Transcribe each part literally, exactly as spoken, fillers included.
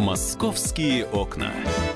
Московские окна.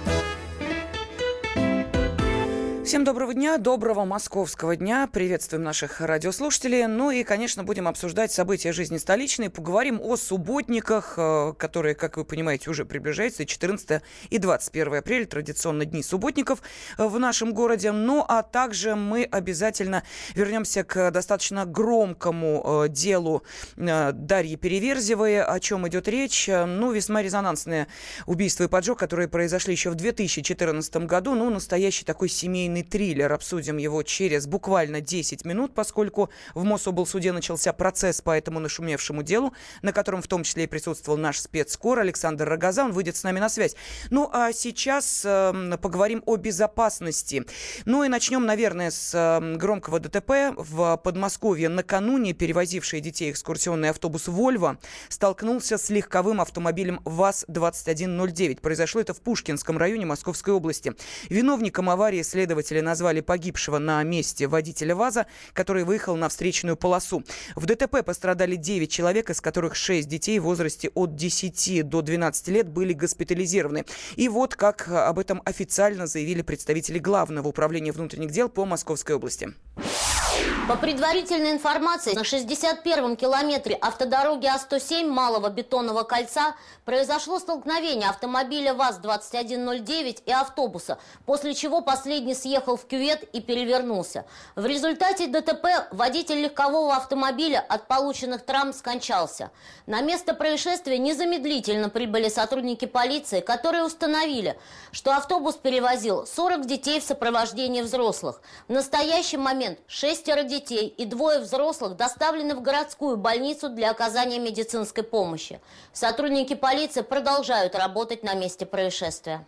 Всем доброго дня, доброго московского дня. Приветствуем наших радиослушателей. Ну и, конечно, будем обсуждать события жизни столичной. Поговорим о субботниках, которые, как вы понимаете, уже приближаются. четырнадцатое и двадцать первое апреля, традиционно дни субботников в нашем городе. Ну а также мы обязательно вернемся к достаточно громкому делу Дарьи Переверзевой. О чем идет речь? Ну, весьма резонансное убийство и поджог, которые произошли еще в две тысячи четырнадцатом году. Ну, настоящий такой семейный триллер. Обсудим его через буквально десять минут, поскольку в Мособлсуде начался процесс по этому нашумевшему делу, на котором в том числе и присутствовал наш спецкор Александр Рогоза. Он выйдет с нами на связь. Ну, а сейчас э, поговорим о безопасности. Ну и начнем, наверное, с э, громкого ДТП. В Подмосковье накануне перевозивший детей экскурсионный автобус «Вольво» столкнулся с легковым автомобилем ВАЗ двадцать один ноль девять. Произошло это в Пушкинском районе Московской области. Виновником аварии следователи назвали погибшего на месте водителя ВАЗа, который выехал на встречную полосу. В ДТП пострадали девять человек, из которых шесть детей в возрасте от десяти до двенадцати лет были госпитализированы. И вот как об этом официально заявили представители Главного управления внутренних дел по Московской области. По предварительной информации, на шестьдесят первом километре автодороги А сто семь Малого Бетонного кольца произошло столкновение автомобиля ВАЗ двадцать один ноль девять и автобуса, после чего последний съехал в кювет и перевернулся. В результате ДТП водитель легкового автомобиля от полученных травм скончался. На место происшествия незамедлительно прибыли сотрудники полиции, которые установили, что автобус перевозил сорок детей в сопровождении взрослых. В настоящий момент шестеро детей и двое взрослых доставлены в городскую больницу для оказания медицинской помощи. Сотрудники полиции продолжают работать на месте происшествия.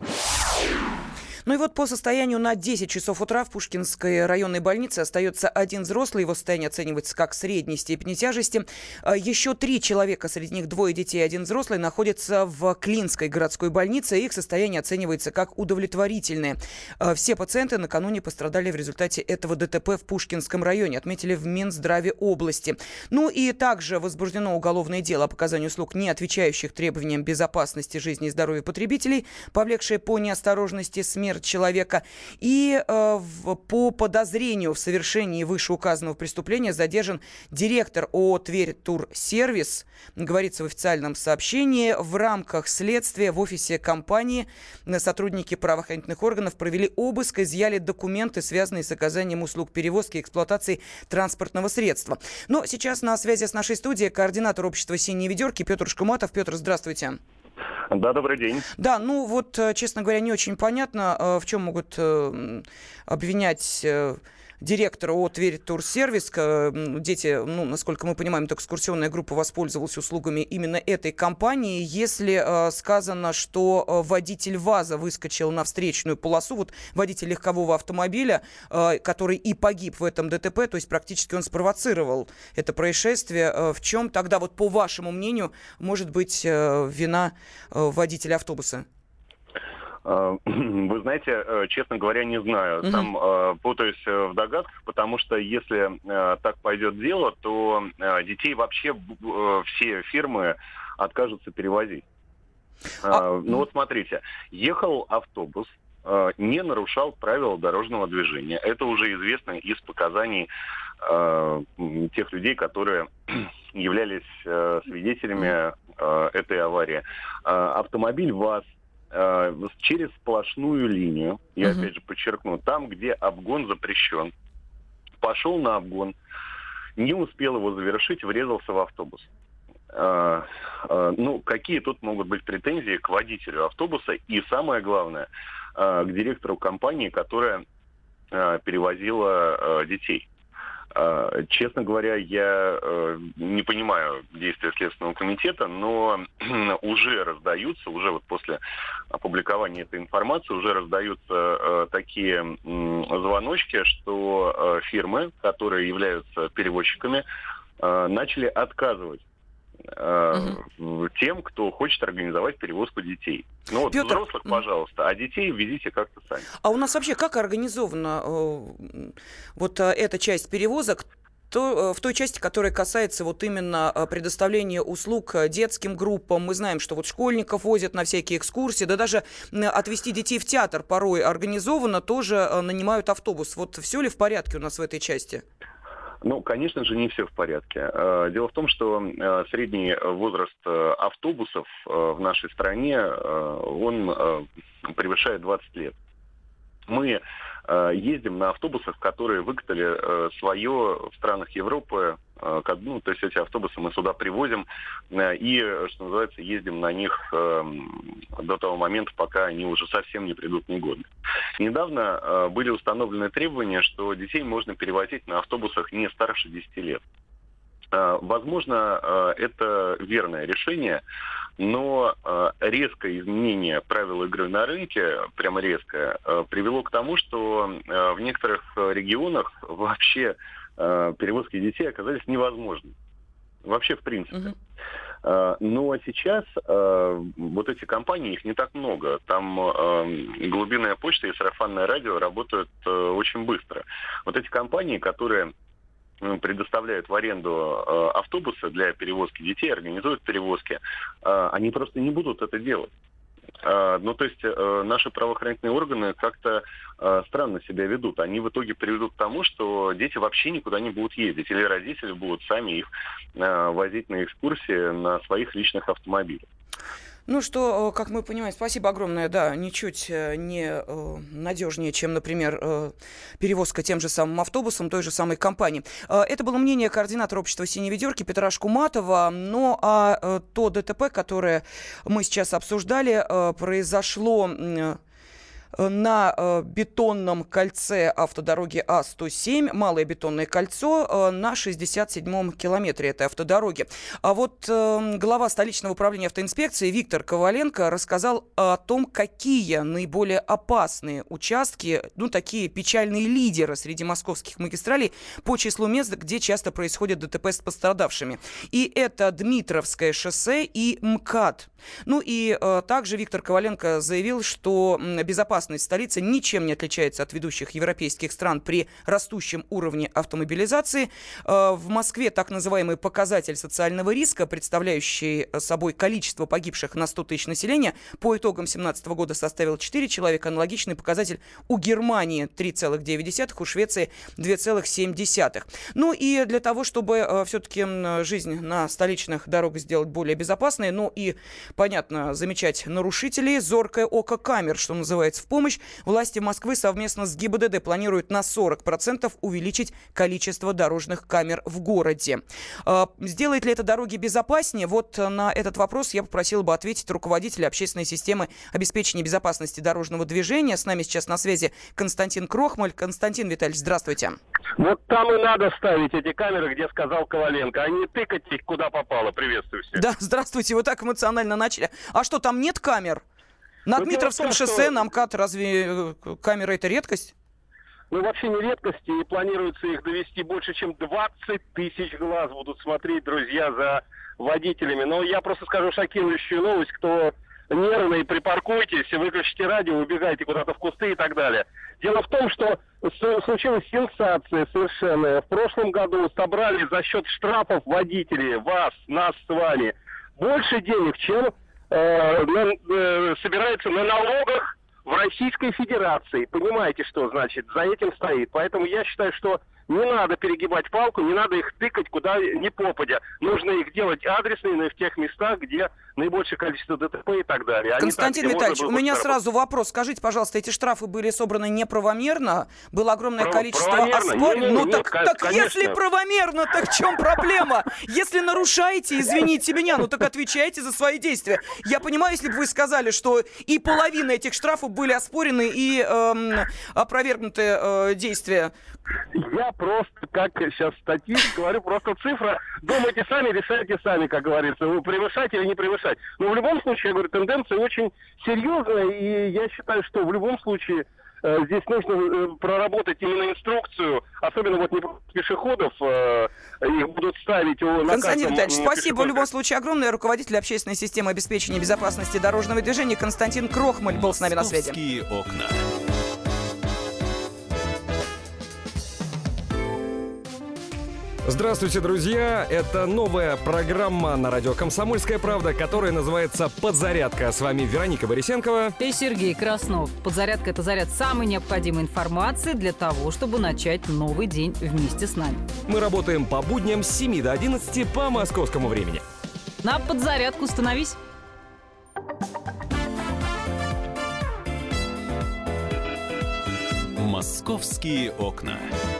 Ну и вот по состоянию на десять часов утра в Пушкинской районной больнице остается один взрослый. Его состояние оценивается как средней степени тяжести. Еще три человека, среди них двое детей и один взрослый, находятся в Клинской городской больнице. Их состояние оценивается как удовлетворительное. Все пациенты накануне пострадали в результате этого ДТП в Пушкинском районе, отметили в Минздраве области. Ну и также возбуждено уголовное дело о показании услуг, не отвечающих требованиям безопасности жизни и здоровья потребителей, повлекшее по неосторожности смерть человека. И э, в, по подозрению в совершении вышеуказанного преступления задержан директор ООО «Тверь Турсервис». Говорится в официальном сообщении. В рамках следствия в офисе компании сотрудники правоохранительных органов провели обыск, изъяли документы, связанные с оказанием услуг перевозки и эксплуатации транспортного средства. Но сейчас на связи с нашей студией координатор общества «Синие ведерки» Петр Шкуматов. Петр, здравствуйте. Да, добрый день. Да, ну вот, честно говоря, не очень понятно, в чем могут обвинять директора ООО «Тверь Турсервис». Дети, ну, насколько мы понимаем, эта экскурсионная группа воспользовалась услугами именно этой компании. Если э, сказано, что водитель ВАЗа выскочил на встречную полосу, вот водитель легкового автомобиля, э, который и погиб в этом ДТП, то есть практически он спровоцировал это происшествие, э, в чем тогда, вот по вашему мнению, может быть э, вина э, водителя автобуса? Вы знаете, честно говоря, не знаю. Сам uh-huh. путаюсь в догадках, потому что если так пойдет дело, то детей вообще все фирмы откажутся перевозить. А... Ну вот смотрите, ехал автобус, не нарушал правила дорожного движения. Это уже известно из показаний тех людей, которые являлись свидетелями этой аварии. Автомобиль ВАЗ через сплошную линию, я uh-huh. опять же подчеркну, там, где обгон запрещен, пошел на обгон, не успел его завершить, врезался в автобус. А, а, ну, какие тут могут быть претензии к водителю автобуса и, самое главное, а, к директору компании, которая а, перевозила а, детей? Честно говоря, я э, не понимаю действия Следственного комитета, но уже раздаются, уже вот после опубликования этой информации, уже раздаются э, такие э, звоночки, что э, фирмы, которые являются перевозчиками, э, начали отказывать угу. тем, кто хочет организовать перевозку детей. Ну вот Петр... взрослых, пожалуйста, а детей везите как-то сами. А у нас вообще как организована э, вот э, эта часть перевозок? то, в той части, которая касается вот именно предоставления услуг детским группам. Мы знаем, что вот школьников возят на всякие экскурсии, да даже отвезти детей в театр порой организованно, тоже нанимают автобус. Вот все ли в порядке у нас в этой части? Ну, конечно же, не все в порядке. Дело в том, что средний возраст автобусов в нашей стране, он превышает двадцать лет. Мы ездим на автобусах, которые выкатали свое в странах Европы. Ну, то есть эти автобусы мы сюда привозим и, что называется, ездим на них до того момента, пока они уже совсем не придут в негодность. Недавно были установлены требования, что детей можно перевозить на автобусах не старше десяти лет. Возможно, это верное решение, но резкое изменение правил игры на рынке, прямо резкое, привело к тому, что в некоторых регионах вообще перевозки детей оказались невозможны. Вообще, в принципе. Uh-huh. Но сейчас вот эти компании, их не так много. Там глубинная почта и сарафанное радио работают очень быстро. Вот эти компании, которые предоставляют в аренду автобусы для перевозки детей, организуют перевозки, они просто не будут это делать. Ну, то есть наши правоохранительные органы как-то странно себя ведут. Они в итоге приведут к тому, что дети вообще никуда не будут ездить, или родители будут сами их возить на экскурсии на своих личных автомобилях. Ну что, как мы понимаем, спасибо огромное, да, ничуть не э, надежнее, чем, например, э, перевозка тем же самым автобусом той же самой компании. Э, это было мнение координатора общества «Синей ведерки» Петра Шкуматова. Ну а э, то ДТП, которое мы сейчас обсуждали, э, произошло... Э, на э, бетонном кольце автодороги А сто семь, малое бетонное кольцо, э, на шестьдесят седьмом километре этой автодороги. А вот э, глава столичного управления автоинспекции Виктор Коваленко рассказал о том, какие наиболее опасные участки, ну, такие печальные лидеры среди московских магистралей по числу мест, где часто происходят ДТП с пострадавшими. И это Дмитровское шоссе и МКАД. Ну и э, также Виктор Коваленко заявил, что м, безопасность столицы ничем не отличается от ведущих европейских стран при растущем уровне автомобилизации. Э, в Москве так называемый показатель социального риска, представляющий собой количество погибших на сто тысяч населения, по итогам две тысячи семнадцатого года составил четыре человека. Аналогичный показатель у Германии три целых девять десятых, у Швеции два целых семь десятых. Ну и для того, чтобы э, все-таки жизнь на столичных дорогах сделать более безопасной, ну и понятно, замечать нарушителей, зоркое око камер, что называется, в помощь, власти Москвы совместно с ГИБДД планируют на сорок процентов увеличить количество дорожных камер в городе. Сделает ли это дороги безопаснее? Вот на этот вопрос я попросила бы ответить руководителя общественной системы обеспечения безопасности дорожного движения. С нами сейчас на связи Константин Крохмаль. Константин Витальевич, здравствуйте. Вот там и надо ставить эти камеры, где сказал Коваленко, а не тыкать их куда попало. Приветствую всех. Да, здравствуйте, вы так эмоционально начали. А что, там нет камер? На ну, Дмитровском том, шоссе, что... на МКАД, разве камера это редкость? Ну, вообще не редкость, и планируется их довести больше, чем двадцать тысяч глаз будут смотреть, друзья, за водителями. Но я просто скажу шокирующую новость, кто нервный, припаркуйтесь, выключите радио, убегайте куда-то в кусты и так далее. Дело в том, что случилась сенсация совершенная. В прошлом году собрали за счет штрафов водителей, вас, нас с вами, больше денег, чем э, на, э, собирается на налогах в Российской Федерации. Понимаете, что значит? За этим стоит. Поэтому я считаю, что не надо перегибать палку, не надо их тыкать куда ни попадя. Нужно их делать адресные, но и в тех местах, где наибольшее количество ДТП и так далее. А Константин так, Витальевич, у меня сразу вопрос. Скажите, пожалуйста, эти штрафы были собраны неправомерно? Было огромное Прав- количество оспорений? Ну так, так если правомерно, так в чем проблема? Если нарушаете, извините меня, ну так отвечайте за свои действия. Я понимаю, если бы вы сказали, что и половина этих штрафов были оспорены и эм, опровергнуты э, действия. Я просто, как сейчас статист, говорю, просто цифра. Думайте сами, решайте сами, как говорится. Вы превышать или не превышать. Но в любом случае, я говорю, тенденция очень серьезная. И я считаю, что в любом случае э, здесь нужно э, проработать именно инструкцию. Особенно вот не пешеходов. Э, их будут ставить у на Константин Витальевич, спасибо пешеходах. в любом случае огромное. Руководитель общественной системы обеспечения безопасности дорожного движения Константин Крохмаль был с нами на связи. «Московские окна». Здравствуйте, друзья! Это новая программа на радио «Комсомольская правда», которая называется «Подзарядка». С вами Вероника Борисенкова и Сергей Краснов. Подзарядка – это заряд самой необходимой информации для того, чтобы начать новый день вместе с нами. Мы работаем по будням с семи до одиннадцати по московскому времени. На подзарядку становись! «Московские окна».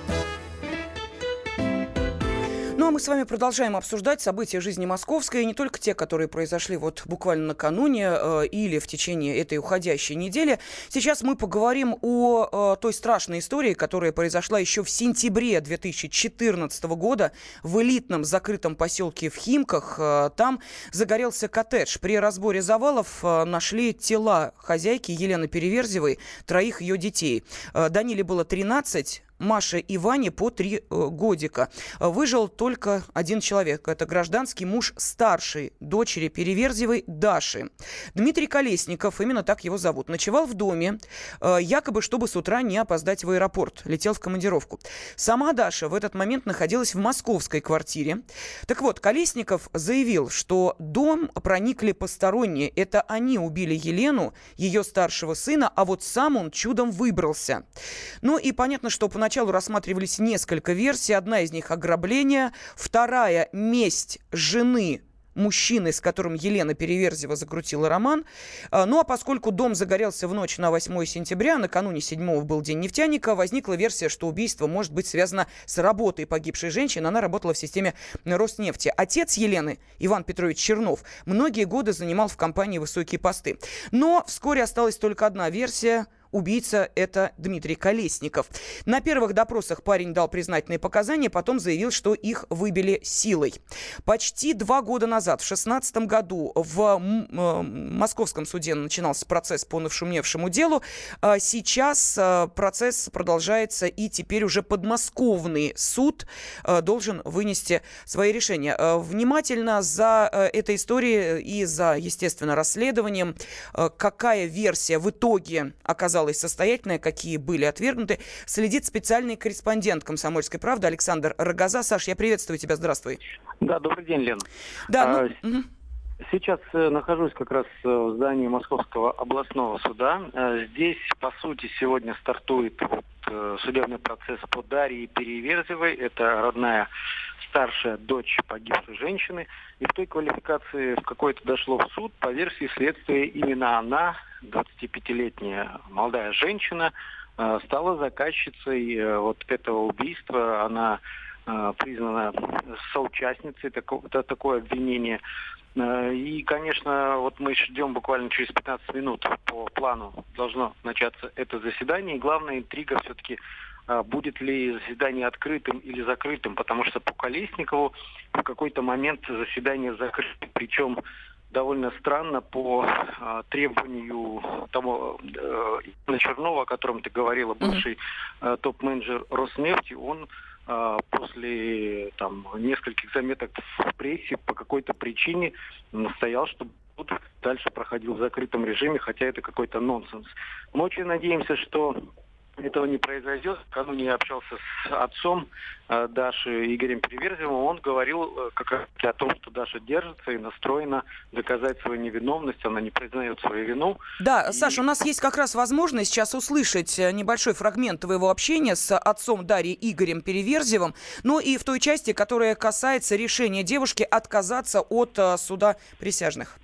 Ну а мы с вами продолжаем обсуждать события жизни московской, и не только те, которые произошли вот буквально накануне э, или в течение этой уходящей недели. Сейчас мы поговорим о э, той страшной истории, которая произошла еще в сентябре две тысячи четырнадцатого года в элитном закрытом поселке в Химках. Э, там загорелся коттедж. При разборе завалов э, нашли тела хозяйки Елены Переверзевой, троих ее детей. Э, Даниле было тринадцать. Маше и Ване по три э, годика. Выжил только один человек. Это гражданский муж старшей дочери Переверзевой Даши. Дмитрий Колесников, именно так его зовут, ночевал в доме, э, якобы чтобы с утра не опоздать в аэропорт. Летел в командировку. Сама Даша в этот момент находилась в московской квартире. Так вот, Колесников заявил, что дом проникли посторонние. Это они убили Елену, ее старшего сына, а вот сам он чудом выбрался. Ну и понятно, что поначалу Поначалу рассматривались несколько версий. Одна из них – ограбление. Вторая – месть жены мужчины, с которым Елена Переверзева закрутила роман. Ну а поскольку дом загорелся в ночь на восьмое сентября, накануне седьмого был день нефтяника, возникла версия, что убийство может быть связано с работой погибшей женщины. Она работала в системе Роснефти. Отец Елены, Иван Петрович Чернов, многие годы занимал в компании высокие посты. Но вскоре осталась только одна версия. Убийца – это Дмитрий Колесников. На первых допросах парень дал признательные показания, потом заявил, что их выбили силой. Почти два года назад, в две тысячи шестнадцатом году, в московском суде начинался процесс по нашумевшему делу. Сейчас процесс продолжается, и теперь уже подмосковный суд должен вынести свои решения. Внимательно за этой историей и за, естественно, расследованием, какая версия в итоге оказалась состоятельная, какие были отвергнуты, следит специальный корреспондент «Комсомольской правды» Александр Рогоза. Саш, я приветствую тебя, здравствуй. Да, добрый день, Лена. Да, а, ну... Сейчас э, нахожусь как раз в здании Московского областного суда. Э, здесь, по сути, сегодня стартует вот, э, судебный процесс по Дарье Переверзевой. Это родная старшая дочь погибшей женщины. И в той квалификации, в какой-то дошло в суд, по версии следствия, именно она, двадцатипятилетняя молодая женщина, э, стала заказчицей э, вот этого убийства. Она э, признана соучастницей, такого, такое обвинение. И, конечно, вот мы ждем буквально через пятнадцать минут по плану должно начаться это заседание. И главная интрига все-таки, будет ли заседание открытым или закрытым, потому что по Колесникову в какой-то момент заседание закрыто. Причем довольно странно по а, требованию того э, Чернова, о котором ты говорила, бывший э, топ-менеджер Роснефти, он после там, нескольких заметок в прессе по какой-то причине настоял, чтобы суд дальше проходил в закрытом режиме, хотя это какой-то нонсенс. Мы очень надеемся, что этого не произойдет. Накануне я общался с отцом э, Даши, Игорем Переверзевым. Он говорил э, как раз о том, что Даша держится и настроена доказать свою невиновность. Она не признает свою вину. Да, и... Саша, у нас есть как раз возможность сейчас услышать небольшой фрагмент твоего общения с отцом Дарьи Игорем Переверзевым. Ну и в той части, которая касается решения девушки отказаться от э, суда присяжных.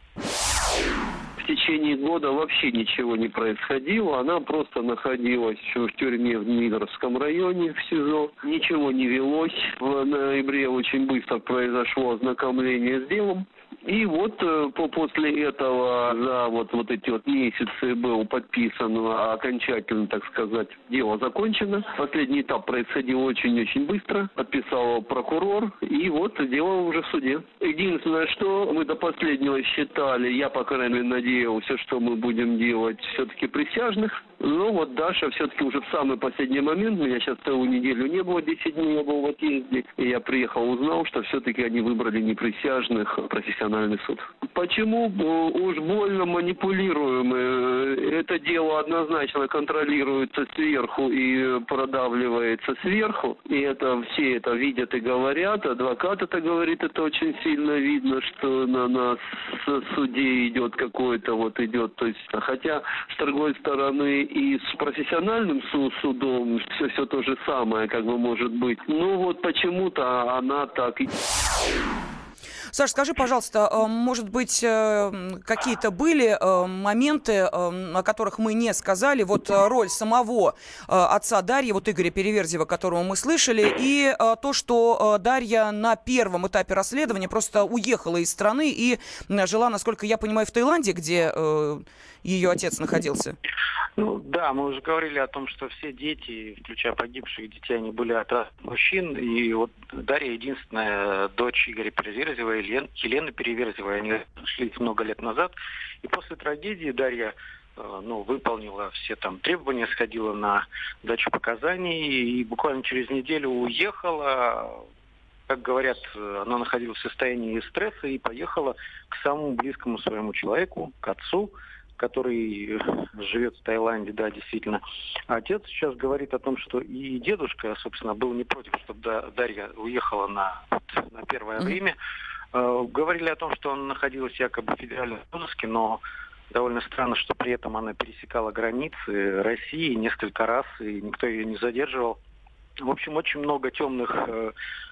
В течение года вообще ничего не происходило. Она просто находилась в тюрьме в Мидровском районе, в СИЗО. Ничего не велось. В ноябре очень быстро произошло ознакомление с делом. И вот по, после этого за вот, вот эти вот месяцы был подписан окончательно, так сказать, дело закончено. Последний этап происходил очень-очень быстро. Подписал прокурор, и вот дело уже в суде. Единственное, что мы до последнего считали, я, по крайней мере, надеялся, что мы будем делать все-таки присяжных. Ну вот Даша все-таки уже в самый последний момент, меня сейчас целую неделю не было, десять дней я был в отъезде, и я приехал, узнал, что все-таки они выбрали неприсяжных профессиональный суд. Почему? Уж больно манипулируем. Это дело однозначно контролируется сверху и продавливается сверху, и это все это видят и говорят, адвокат это говорит, это очень сильно видно, что на нас в суде идет какой-то вот идет, то есть, хотя с другой стороны и с профессиональным судом все, все то же самое, как бы может быть. Ну вот почему-то она так и... Саш, скажи, пожалуйста, может быть, какие-то были моменты, о которых мы не сказали, вот роль самого отца Дарьи, вот Игоря Переверзева, которого мы слышали, и то, что Дарья на первом этапе расследования просто уехала из страны и жила, насколько я понимаю, в Таиланде, где ее отец находился? Ну да, мы уже говорили о том, что все дети, включая погибших детей, они были от разных мужчин. И вот Дарья единственная дочь Игоря Переверзева, Елен, Елены Переверзевой. Они шли много лет назад. И после трагедии Дарья ну, выполнила все там требования, сходила на дачу показаний и буквально через неделю уехала. Как говорят, она находилась в состоянии стресса и поехала к самому близкому своему человеку, к отцу, который живет в Таиланде, да, действительно. А отец сейчас говорит о том, что и дедушка, собственно, был не против, чтобы Дарья уехала на, на первое mm-hmm. время. Э, говорили о том, что он находился якобы в федеральном розыске, но довольно странно, что при этом она пересекала границы России несколько раз, и никто ее не задерживал. В общем, очень много темных э,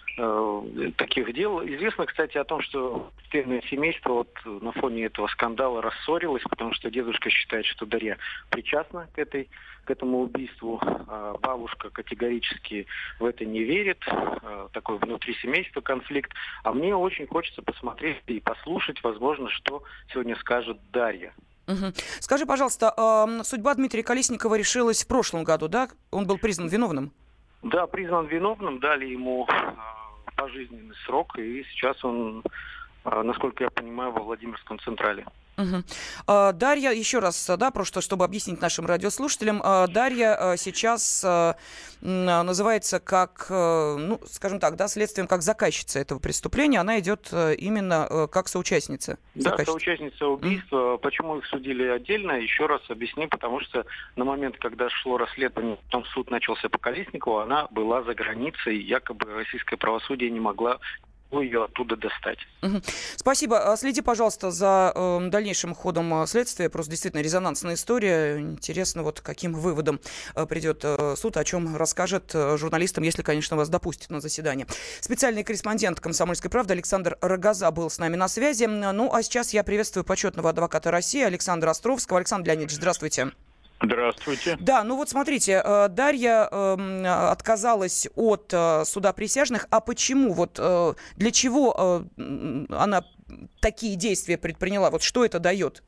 э, таких дел. Известно, кстати, о том, что члены семейства вот на фоне этого скандала рассорилось, потому что дедушка считает, что Дарья причастна к этой, к этому убийству. А бабушка категорически в это не верит. А, такой внутри семейства конфликт. А мне очень хочется посмотреть и послушать, возможно, что сегодня скажет Дарья. Угу. Скажи, пожалуйста, э, судьба Дмитрия Колесникова решилась в прошлом году, да? Он был признан виновным? Да, признан виновным, дали ему э, пожизненный срок, и сейчас он, э, насколько я понимаю, во Владимирском Централе. Угу. А, Дарья, еще раз, да, просто чтобы объяснить нашим радиослушателям, а, Дарья а, сейчас а, называется как, а, ну, скажем так, да, следствием как заказчица этого преступления, она идет а, именно а, как соучастница. Да, соучастница убийства. Mm. Почему их судили отдельно, еще раз объясню, потому что на момент, когда шло расследование, потом суд начался по Колесникову, она была за границей, якобы российское правосудие не могла ее оттуда достать. Угу. Спасибо. Следи, пожалуйста, за э, дальнейшим ходом следствия. Просто действительно резонансная история. Интересно, вот каким выводом э, придет э, суд, о чем расскажет э, журналистам, если, конечно, вас допустят на заседание. Специальный корреспондент «Комсомольской правды» Александр Рогоза был с нами на связи. Ну, а сейчас я приветствую почетного адвоката России Александра Островского. Александр Леонидович, здравствуйте. Здравствуйте. Да, ну вот смотрите, Дарья э, отказалась от э, суда присяжных. А почему? Вот э, для чего э, она такие действия предприняла? Вот что это дает?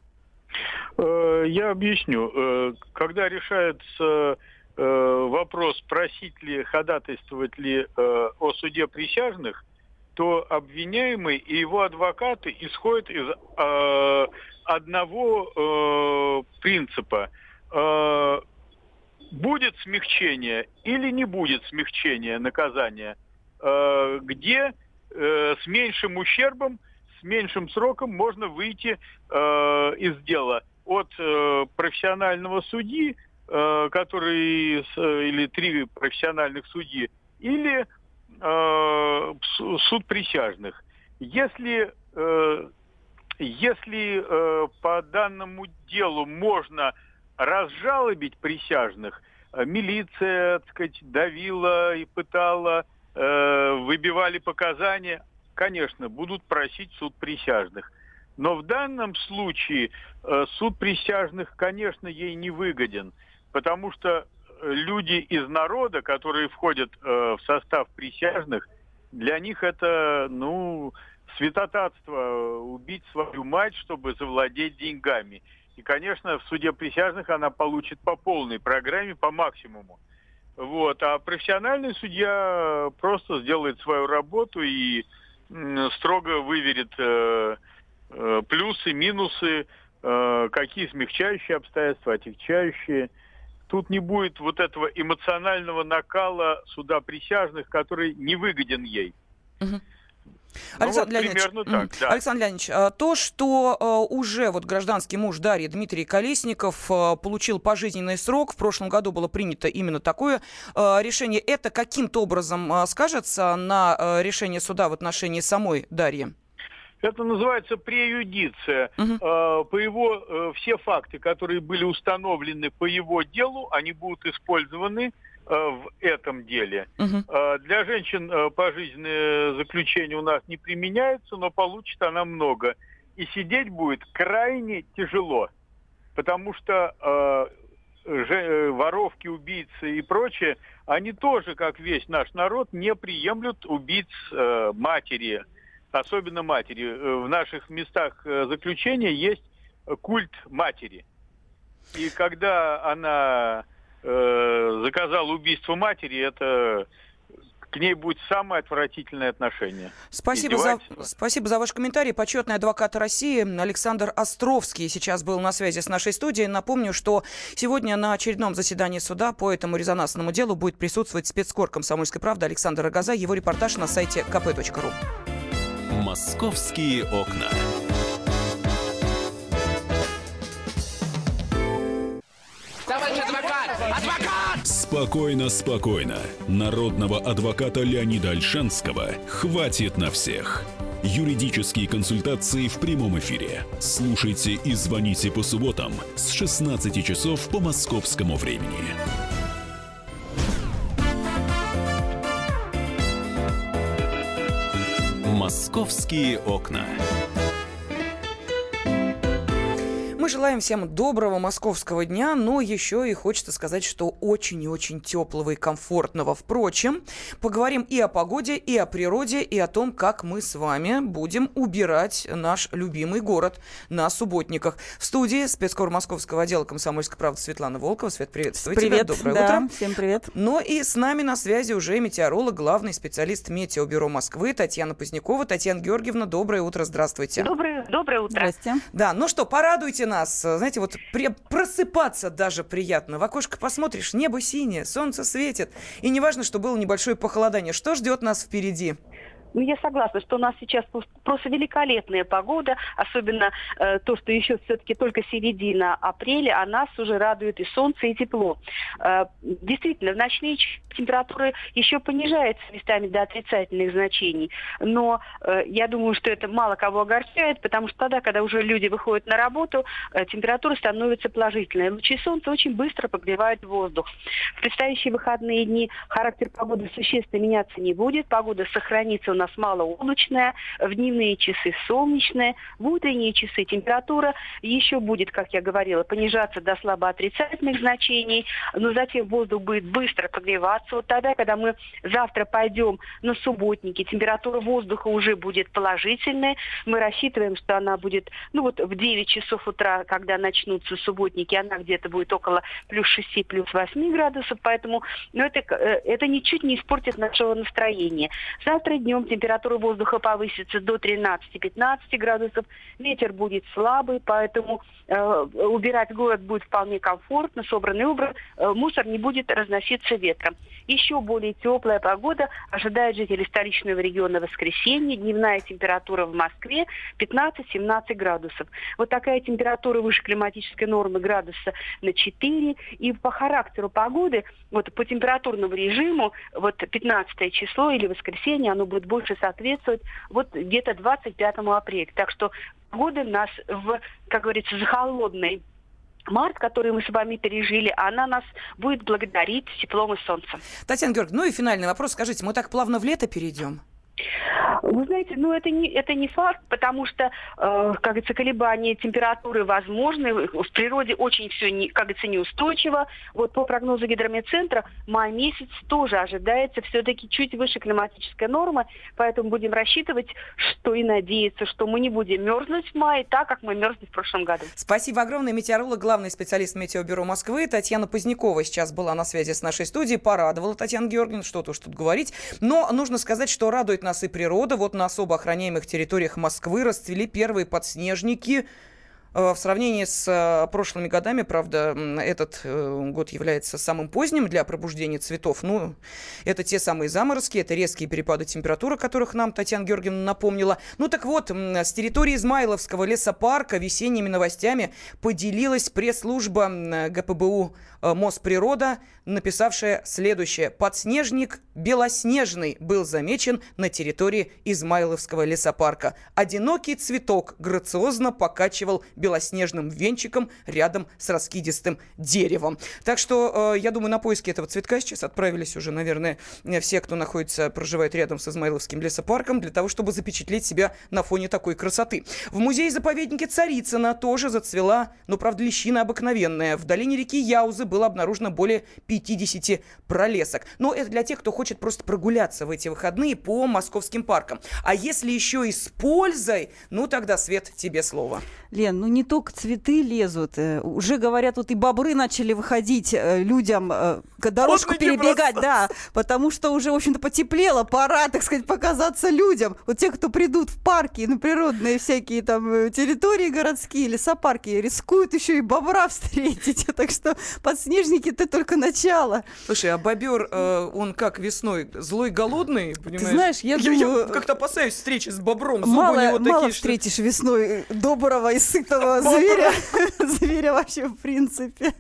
Я объясню. Когда решается вопрос, просить ли, ходатайствовать ли о суде присяжных, то обвиняемый и его адвокаты исходят из одного принципа. Будет смягчение или не будет смягчения наказания, где с меньшим ущербом, с меньшим сроком можно выйти из дела от профессионального судьи, который, или три профессиональных судьи, или суд присяжных. Если, если по данному делу можно разжалобить присяжных, милиция, так сказать, давила и пытала, э, выбивали показания, конечно, будут просить суд присяжных. Но в данном случае э, суд присяжных, конечно, ей не выгоден, потому что люди из народа, которые входят э, в состав присяжных, для них это, ну, святотатство, убить свою мать, чтобы завладеть деньгами. И, конечно, в суде присяжных она получит по полной программе, по максимуму. Вот. А профессиональный судья просто сделает свою работу и м, строго выверит э, э, плюсы, минусы, э, какие смягчающие обстоятельства, отягчающие. тут не будет вот этого эмоционального накала суда присяжных, который не выгоден ей. Угу. Ну, Александр вот Леонидович, примерно так, да. Александр Леонидович, то, что уже вот гражданский муж Дарьи Дмитрий Колесников получил пожизненный срок, в прошлом году было принято именно такое решение, это каким-то образом скажется на решение суда в отношении самой Дарьи? Это называется преюдиция. Uh-huh. По его, все факты, которые были установлены по его делу, они будут использованы в этом деле. Uh-huh. Для женщин пожизненное заключение у нас не применяется, но получит она много. И сидеть будет крайне тяжело, потому что э, воровки, убийцы и прочее, они тоже, как весь наш народ, не приемлют убийц э, матери, особенно матери. В наших местах заключения есть культ матери. И когда она э, заказала убийство матери, это к ней будет самое отвратительное отношение. Спасибо за, спасибо за ваш комментарий. Почетный адвокат России Александр Островский сейчас был на связи с нашей студией. Напомню, что сегодня на очередном заседании суда по этому резонансному делу будет присутствовать спецкор «Комсомольской правды» Александр Рогоза. Его репортаж на сайте ка пэ точка ру. «Московские окна». Товарищ адвокат! Адвокат! Спокойно, спокойно. Народного адвоката Леонида Ольшанского хватит на всех. Юридические консультации в прямом эфире. Слушайте и звоните по субботам с шестнадцати часов по московскому времени. «Московские окна». Мы желаем всем доброго московского дня, но еще и хочется сказать, что очень и очень теплого и комфортного. Впрочем, поговорим и о погоде, и о природе, и о том, как мы с вами будем убирать наш любимый город на субботниках. В студии спецкор московского отдела «Комсомольской правды» Светлана Волкова. Свет, приветствую привет, тебя. Доброе да, утро. Всем привет. Но и с нами на связи уже метеоролог, главный специалист Метеобюро Москвы Татьяна Позднякова. Татьяна Георгиевна, доброе утро, здравствуйте. Доброе, доброе утро. Здрасте. Да, ну что, порадуйте нас. Знаете, вот при... просыпаться даже приятно. В окошко посмотришь, небо синее, солнце светит. И не важно, что было небольшое похолодание. Что ждет нас впереди? Ну, я согласна, что у нас сейчас просто великолепная погода, особенно э, то, что еще все-таки только середина апреля, а нас уже радует и солнце, и тепло. Э, действительно, в ночные температуры еще понижаются местами до отрицательных значений, но э, я думаю, что это мало кого огорчает, потому что тогда, когда уже люди выходят на работу, э, температура становится положительной. Лучи солнца очень быстро прогревают воздух. В предстоящие выходные дни характер погоды существенно меняться не будет, погода сохранится у нас малооблачная, в дневные часы солнечная, в утренние часы температура еще будет, как я говорила, понижаться до слабо отрицательных значений, но затем воздух будет быстро прогреваться. Вот тогда, когда мы завтра пойдем на субботники, температура воздуха уже будет положительная. Мы рассчитываем, что она будет, ну вот в девять часов утра, когда начнутся субботники, она где-то будет около плюс шести, плюс восьми градусов, поэтому ну, это, это ничуть не испортит нашего настроения. Завтра днем температура воздуха повысится до тринадцати-пятнадцати градусов, ветер будет слабый, поэтому э, убирать город будет вполне комфортно, собранный убран, э, мусор не будет разноситься ветром. Еще более теплая погода ожидает жителей столичного региона в воскресенье. Дневная температура в Москве пятнадцать-семнадцать градусов. Вот такая температура выше климатической нормы градуса на четыре. И по характеру погоды, вот по температурному режиму, вот пятнадцатое число или воскресенье, оно будет больше соответствовать вот где-то двадцать пятому апреля. Так что погода нас в, как говорится, за холодной март, который мы с вами пережили, она нас будет благодарить теплом и солнцем. Татьяна Георгиевна, ну и финальный вопрос. Скажите, мы так плавно в лето перейдем? Вы знаете, ну это не, это не факт, потому что, э, как говорится, колебания температуры возможны. В природе очень все, не, как говорится, неустойчиво. Вот по прогнозу гидрометцентра май месяц тоже ожидается все-таки чуть выше климатической нормы, поэтому будем рассчитывать, что и надеяться, что мы не будем мерзнуть в мае так, как мы мерзли в прошлом году. Спасибо огромное. Метеоролог, главный специалист Метеобюро Москвы Татьяна Позднякова сейчас была на связи с нашей студией. Порадовала Татьяна Георгиевна, что-то уж тут говорить. Но нужно сказать, что радует нас и природа. Вот на особо охраняемых территориях Москвы расцвели первые подснежники. В сравнении с прошлыми годами, правда, этот год является самым поздним для пробуждения цветов. Ну, это те самые заморозки, это резкие перепады температуры, о которых нам Татьяна Георгиевна напомнила. Ну так вот, с территории Измайловского лесопарка весенними новостями поделилась пресс-служба ГПБУ «Мосприрода», написавшая следующее. Подснежник белоснежный был замечен на территории Измайловского лесопарка. Одинокий цветок грациозно покачивал белоснежным венчиком рядом с раскидистым деревом. Так что, э, я думаю, на поиски этого цветка сейчас отправились уже, наверное, все, кто находится, проживает рядом с Измайловским лесопарком, для того, чтобы запечатлеть себя на фоне такой красоты. В музее-заповеднике Царицына тоже зацвела, но, правда, лещина обыкновенная. В долине реки Яузы было обнаружено более пятьдесят пролесок. Но это для тех, кто хочет просто прогуляться в эти выходные по московским паркам. А если еще и с пользой, ну тогда, Свет, тебе слово. Лен, ну не только цветы лезут. Уже, говорят, вот и бобры начали выходить людям, дорожку перебегать, да, потому что уже, в общем-то, потеплело, пора, так сказать, показаться людям. Вот те, кто придут в парки, на природные всякие там территории городские, лесопарки, рискуют еще и бобра встретить. Так что подснежники — это только начало. Слушай, а бобер, э, он как весной? Злой, голодный, понимаешь? Ты знаешь, я, я думаю... Я как-то опасаюсь встречи с бобром. Зубы Мало, у него мало такие, встретишь что... весной доброго и сытого зверя. Зверя вообще, в принципе.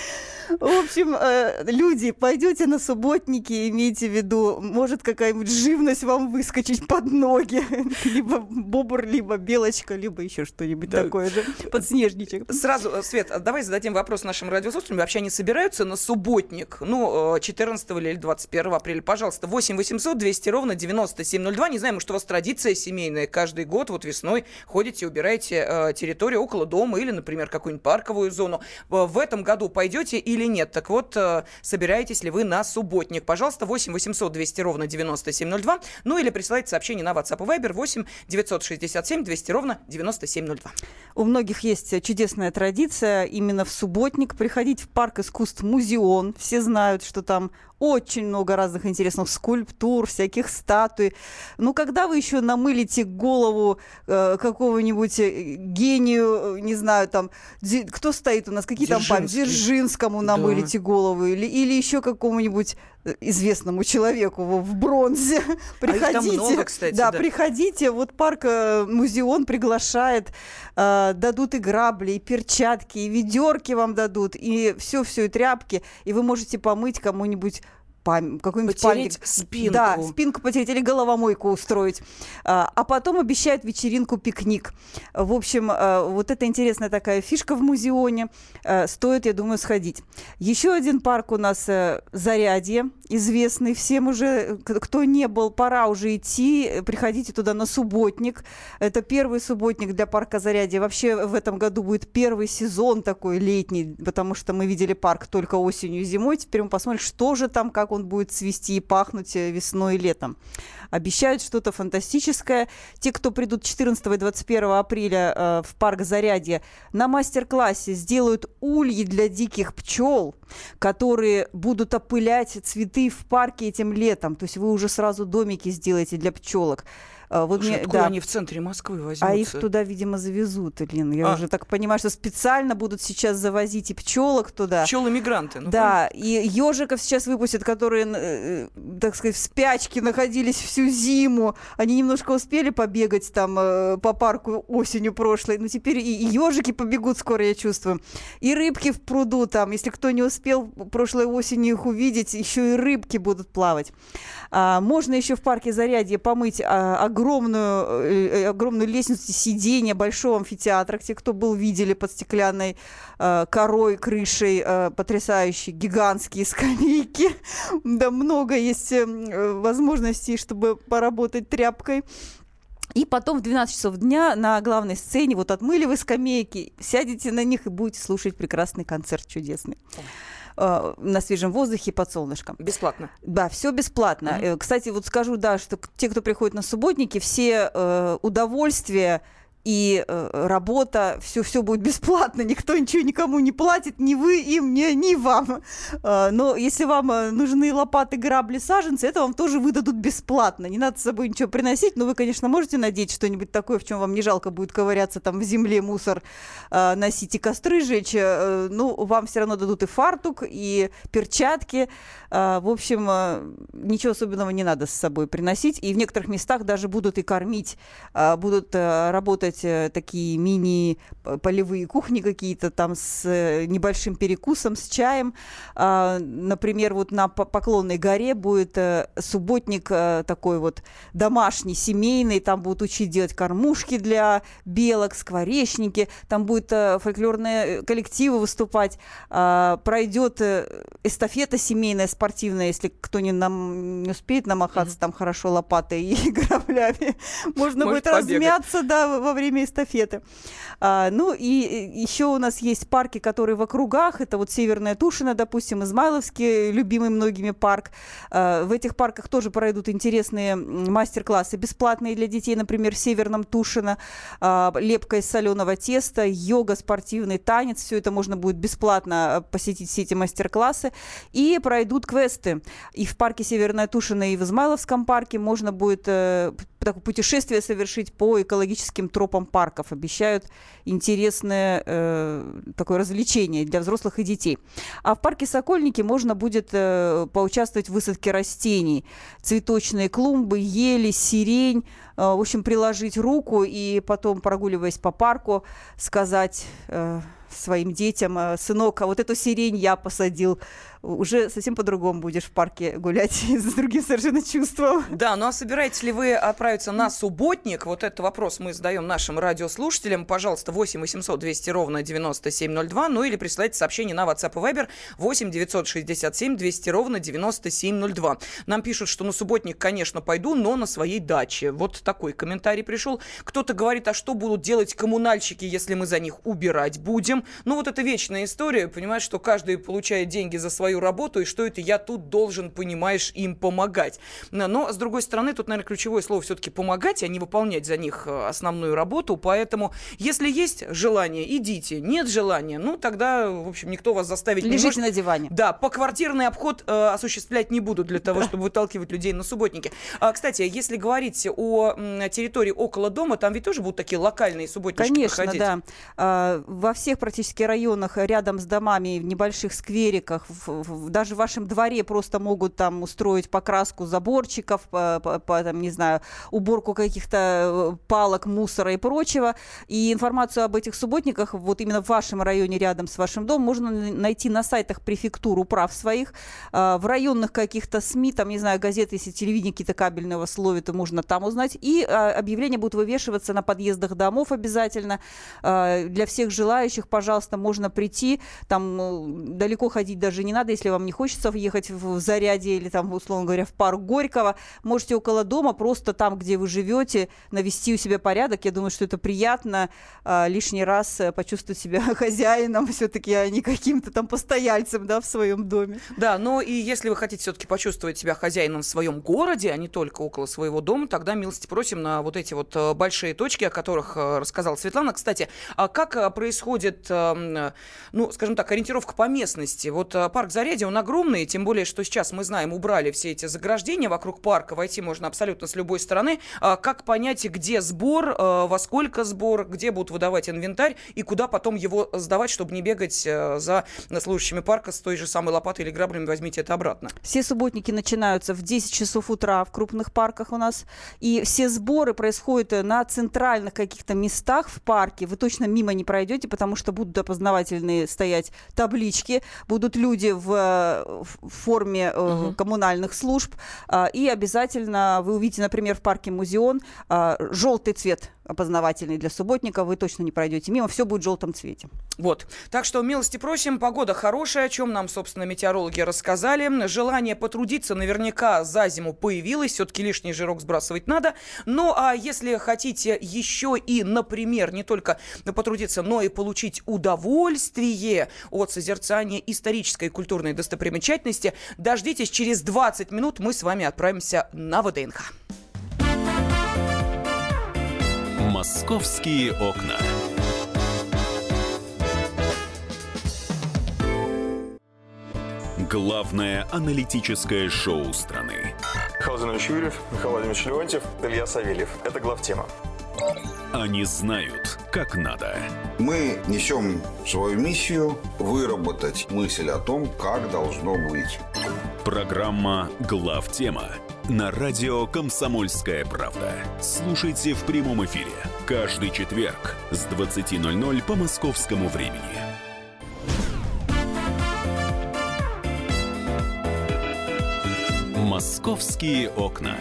В общем, э, люди, пойдете на субботники, имейте в виду, может какая-нибудь живность вам выскочить под ноги. Либо бобр, либо белочка, либо еще что-нибудь да. такое же. Подснежничек. Сразу, Свет, давай зададим вопрос нашим радиослушателям. Вообще они собираются на субботник? Ну, четырнадцатого или двадцать первого апреля. Пожалуйста, восемь восемьсот двести ровно девяносто семь ноль два. Не знаю, может, у вас традиция семейная. Каждый год вот весной ходите, убираете э, территорию около дома или, например, какую-нибудь парковую зону. В этом году пойдете и или нет. Так вот, собираетесь ли вы на субботник? Пожалуйста, восемь восемьсот двести ровно девяносто семь ноль два. Ну или присылайте сообщение на WhatsApp и Viber восемь девятьсот шестьдесят семь двести ровно девяносто семь ноль два. У многих есть чудесная традиция именно в субботник приходить в парк искусств «Музеон». Все знают, что там очень много разных интересных скульптур, всяких статуй. Ну, когда вы еще намылите голову э, какого-нибудь гению, не знаю, там, ди, кто стоит у нас, какие там памяти, Дзержинскому намылите да. голову, или, или еще какому-нибудь известному человеку в бронзе. Приходите. А их там много, кстати, да, да, приходите. Вот парк «Музеон» приглашает, э, дадут и грабли, и перчатки, и ведерки вам дадут, и все-все, и тряпки, и вы можете помыть кому-нибудь пам... какой-нибудь потереть памятник. спинку. Да, спинку потереть или головомойку устроить. А, а потом обещают вечеринку-пикник. В общем, вот это интересная такая фишка в Музеоне. Стоит, я думаю, сходить. Еще один парк у нас Зарядье, известный всем уже. Кто не был, пора уже идти. Приходите туда на субботник. Это первый субботник для парка Зарядье. Вообще в этом году будет первый сезон такой летний, потому что мы видели парк только осенью и зимой. Теперь мы посмотрим, что же там, как он будет цвести и пахнуть весной и летом. Обещают что-то фантастическое. Те, кто придут четырнадцатого и двадцать первого апреля э, в парк Зарядье, на мастер-классе сделают ульи для диких пчел, которые будут опылять цветы в парке этим летом. То есть вы уже сразу домики сделаете для пчелок. Вот Слушай, мне, откуда да. они в центре Москвы возьмутся? А их туда, видимо, завезут, Лен. Я а. уже так понимаю, что специально будут сейчас завозить и пчелок туда. Пчелы-мигранты. Ну, да, и ежиков сейчас выпустят, которые, э, так сказать, в спячке находились всю зиму. Они немножко успели побегать там э, по парку осенью прошлой, но теперь и, и ежики побегут скоро, я чувствую. И рыбки в пруду там. Если кто не успел прошлой осенью их увидеть, еще и рыбки будут плавать. А, можно еще в парке Зарядье помыть а, огромную, огромную лестницу сиденья большого амфитеатра. Те, кто был, видели под стеклянной э, корой, крышей э, потрясающие гигантские скамейки. Да, много есть э, возможностей, чтобы поработать тряпкой. И потом в двенадцать часов дня на главной сцене, вот отмыли вы скамейки, сядете на них и будете слушать прекрасный концерт чудесный. На свежем воздухе под солнышком. Бесплатно. Да, все бесплатно. Mm-hmm. Кстати, вот скажу, да, что те, кто приходит на субботники, все э, удовольствия и э, работа, все, все будет бесплатно, никто ничего никому не платит, ни вы им, ни, ни вам. Э, но если вам нужны лопаты, грабли, саженцы, это вам тоже выдадут бесплатно. Не надо с собой ничего приносить, но вы, конечно, можете надеть что-нибудь такое, в чем вам не жалко будет ковыряться там в земле, мусор э, носить и костры жечь. Э, ну, вам все равно дадут и фартук, и перчатки. Э, в общем, э, ничего особенного не надо с собой приносить. И в некоторых местах даже будут и кормить, э, будут э, работать такие мини-полевые кухни какие-то там с небольшим перекусом, с чаем. Например, вот на Поклонной горе будет субботник такой вот домашний, семейный. Там будут учить делать кормушки для белок, скворечники. Там будут фольклорные коллективы выступать. Пройдет эстафета семейная, спортивная. Если кто не, нам, не успеет намахаться mm-hmm. там хорошо лопатой и граблями, можно Может будет побегать. размяться, да, во время эстафеты. А, ну и еще у нас есть парки, которые в округах. Это вот Северная Тушина, допустим, Измайловский, любимый многими парк. А, в этих парках тоже пройдут интересные мастер-классы, бесплатные для детей, например, в Северном Тушино. А, лепка из соленого теста, йога, спортивный танец. Все это можно будет бесплатно посетить, все эти мастер-классы. И пройдут квесты. И в парке Северная Тушина, и в Измайловском парке можно будет э, такое путешествие совершить по экологическим тропам парков. Обещают интересное э, такое развлечение для взрослых и детей. А в парке Сокольники можно будет э, поучаствовать в высадке растений. Цветочные клумбы, ели, сирень. Э, в общем, приложить руку и потом, прогуливаясь по парку, сказать э, своим детям: сынок, а вот эту сирень я посадил. Уже совсем по-другому будешь в парке гулять с другим совершенно чувством. Да, ну а собираетесь ли вы отправиться на субботник? Вот этот вопрос мы задаем нашим радиослушателям. Пожалуйста, восемь восемьсот двести ровно девяносто семь ноль два, ну или присылайте сообщение на WhatsApp и Viber восемь девятьсот шестьдесят семь двести ровно девяносто семь ноль два. Нам пишут, что на субботник, конечно, пойду, но на своей даче. Вот такой комментарий пришел. Кто-то говорит, а что будут делать коммунальщики, если мы за них убирать будем? Ну вот это вечная история, понимаешь, что каждый получает деньги за свою работу, и что это я тут должен, понимаешь, им помогать. Но, с другой стороны, тут, наверное, ключевое слово все-таки помогать, а не выполнять за них основную работу. Поэтому, если есть желание, идите. Нет желания, ну, тогда, в общем, никто вас заставить не может. Лежите на диване. Да, поквартирный обход э, осуществлять не буду для того, чтобы выталкивать людей на субботники. А, кстати, если говорить о м, территории около дома, там ведь тоже будут такие локальные субботнички Конечно, проходить. да. А, во всех практически районах рядом с домами, в небольших сквериках, в, в, даже в вашем дворе просто могут там устроить покраску заборчиков, по, по, по, там, не знаю, уборку каких-то палок, мусора и прочего. И информацию об этих субботниках вот именно в вашем районе рядом с вашим домом можно найти на сайтах префектур, управ своих, в районных каких-то СМИ, там, не знаю, газеты, если телевидение какие-то кабельного словит, то можно там узнать. И объявления будут вывешиваться на подъездах домов обязательно. Для всех желающих, пожалуйста, можно прийти. Там далеко ходить даже не надо, если вам не хочется въехать в Зарядье или там, условно говоря, в парк Горького. Можете около дома, просто там, где вы живете, навести у себя порядок. Я думаю, что это приятно лишний раз почувствовать себя хозяином все-таки, а не каким-то там постояльцем, да, в своем доме. Да, но и если вы хотите все-таки почувствовать себя хозяином в своем городе, а не только около своего дома, тогда милости просим на вот эти вот большие точки, о которых рассказала Светлана. Кстати, как происходит, ну, скажем так, ориентировка по местности? Вот парк Зарядье, он огромный, тем более, что сейчас, мы знаем, убрали все эти заграждения вокруг парка, войти можно абсолютно с любой стороны. Как понять, где сбор, во сколько сбор, где будут выдавать инвентарь и куда потом его сдавать, чтобы не бегать за служащими парка с той же самой лопатой или граблями, возьмите это обратно. Все субботники начинаются в десять часов утра в крупных парках у нас, и все сборы происходят на центральных каких-то местах в парке. Вы точно мимо не пройдете, потому что будут опознавательные стоять таблички, будут люди в, в форме uh-huh. э, коммунальных служб, э, и обязательно вы увидите, например, в парке Музеон э, желтый цвет опознавательный для субботника, вы точно не пройдете мимо, все будет в желтом цвете. Вот. Так что милости просим, погода хорошая, о чем нам, собственно, метеорологи рассказали. Желание потрудиться наверняка за зиму появилось, все-таки лишний жирок сбрасывать надо. Ну, а если хотите еще и, например, не только потрудиться, но и получить удовольствие от созерцания исторической и культурной достопримечательности, дождитесь, через двадцать минут мы с вами отправимся на ВДНХ. Московские окна. Главное аналитическое шоу страны. Михаил Зинович Юрьев, Михаил Владимирович Леонтьев, Илья Савельев. Это главтема. Они знают, как надо. Мы несем свою миссию выработать мысль о том, как должно быть. Программа «Главтема» на радио «Комсомольская правда». Слушайте в прямом эфире каждый четверг с двадцати ноль-ноль по московскому времени. «Московские окна».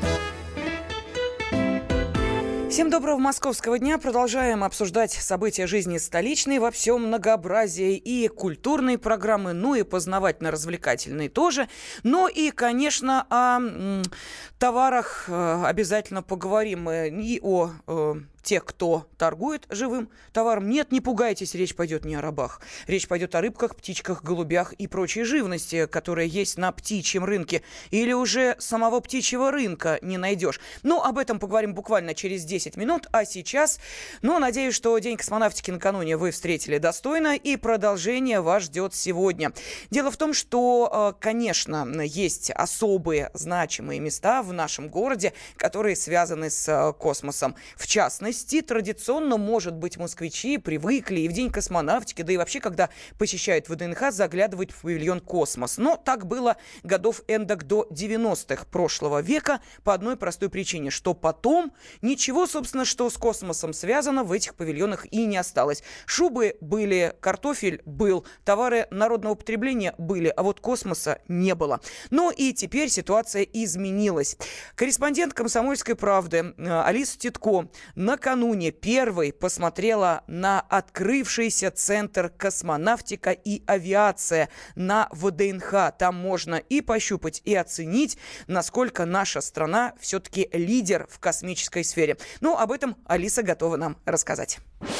Всем доброго московского дня. Продолжаем обсуждать события жизни столичной во всем многообразии и культурные программы, ну и познавательно-развлекательные тоже. Но и, конечно, о м, товарах э, обязательно поговорим и о... Э, тех, кто торгует живым товаром. Нет, не пугайтесь, речь пойдет не о рабах. Речь пойдет о рыбках, птичках, голубях и прочей живности, которая есть на птичьем рынке. Или уже самого птичьего рынка не найдешь. Ну, об этом поговорим буквально через десять минут. А сейчас, ну, надеюсь, что День космонавтики накануне вы встретили достойно, и продолжение вас ждет сегодня. Дело в том, что, конечно, есть особые значимые места в нашем городе, которые связаны с космосом. В частности, традиционно, может быть, москвичи привыкли и в День космонавтики, да и вообще, когда посещают ВДНХ, заглядывать в павильон «Космос». Но так было годов эндок до девяностых прошлого века по одной простой причине, что потом ничего, собственно, что с космосом связано, в этих павильонах и не осталось. Шубы были, картофель был, товары народного потребления были, а вот космоса не было. Ну и теперь ситуация изменилась. Корреспондент «Комсомольской правды» Алиса Титко накануне первой посмотрела на открывшийся центр «Космонавтика и авиация» на ВДНХ. Там можно и пощупать, и оценить, насколько наша страна все-таки лидер в космической сфере. Ну, об этом Алиса готова нам рассказать.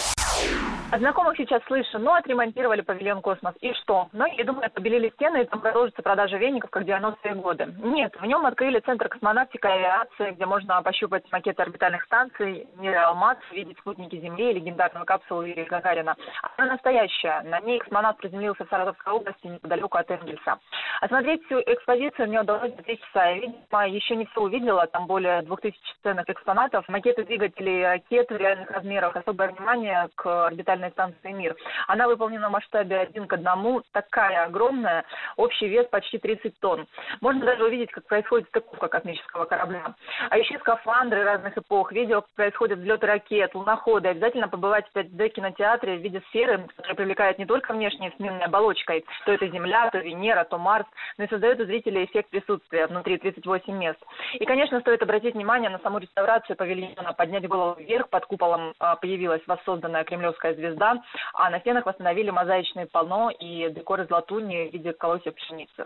От знакомых сейчас слышу, ну, отремонтировали павильон «Космос». И что? Многие думают, побелили стены, и там продолжится продажа веников, как в девяностые годы. Нет, в нем открыли центр «Космонавтика и авиации», где можно пощупать макеты орбитальных станций, миры Алмаз, видеть спутники Земли и легендарную капсулу Юрия Гагарина. Она настоящая. На ней космонавт приземлился в Саратовской области, неподалеку от Энгельса. Осмотреть всю экспозицию мне удалось за три часа. Я, видимо, еще не все увидела. Там более двух тысяч ценных экспонатов. Макеты двигателей ракет в реальных размерах. Особое внимание к орбитальной станции «Мир». Она выполнена в масштабе один к одному, такая огромная, общий вес почти тридцать тонн. Можно даже увидеть, как происходит стыковка космического корабля. А еще скафандры разных эпох, видео, как происходят взлеты ракет, луноходы. Обязательно побывать в пять дэ кинотеатре в виде сферы, которая привлекает не только внешней сменной оболочкой, то это Земля, то Венера, то Марс, но и создает у зрителей эффект присутствия внутри тридцать восемь мест. И, конечно, стоит обратить внимание на саму реставрацию павильона, поднять голову вверх, под куполом появилась воссозданная кремлевская звезда, а на стенах восстановили мозаичные панно и декор из латуни в виде колосьев пшеницы.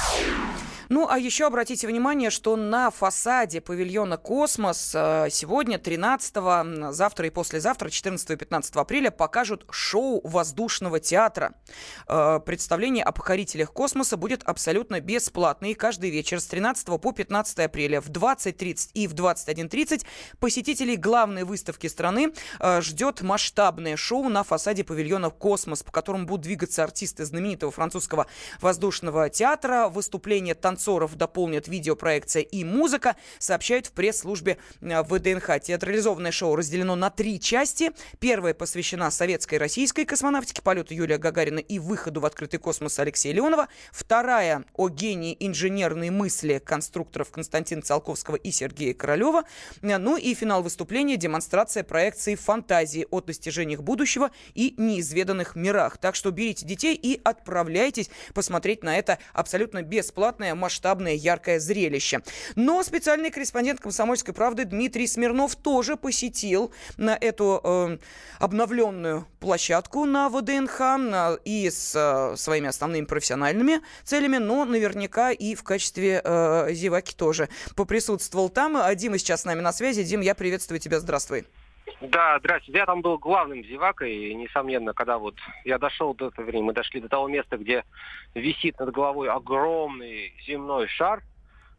Ну, а еще обратите внимание, что на фасаде павильона «Космос» сегодня, тринадцатого, завтра и послезавтра, четырнадцатого и пятнадцатого апреля, покажут шоу воздушного театра. Представление о покорителях космоса будет абсолютно бесплатно. И каждый вечер с тринадцатого по пятнадцатое апреля в двадцать тридцать и в двадцать один тридцать посетителей главной выставки страны ждет масштабное шоу на фасаде павильона «Космос», по которому будут двигаться артисты знаменитого французского воздушного театра. Выступление танцоров дополнят видеопроекция и музыка, сообщают в пресс-службе ВДНХ. Театрализованное шоу разделено на три части. Первая посвящена советской и российской космонавтике, полету Юрия Гагарина и выходу в открытый космос Алексея Леонова. Вторая о гении инженерной мысли конструкторов Константина Циолковского и Сергея Королева. Ну и финал выступления — демонстрация проекции фантазии о достижениях будущего и неизведанных мирах. Так что берите детей и отправляйтесь посмотреть на это абсолютно бесплатное, масштабное, яркое зрелище. Но специальный корреспондент «Комсомольской правды» Дмитрий Смирнов тоже посетил на эту э, обновленную площадку на ВДНХ э, и с э, своими основными профессиональными целями, но наверняка и в качестве э, зеваки тоже поприсутствовал там. А Дима сейчас с нами на связи. Дим, я приветствую тебя. Здравствуй. Да, здравствуйте. Я там был главным зевакой, и, несомненно, когда вот я дошел до этого времени, мы дошли до того места, где висит над головой огромный земной шар,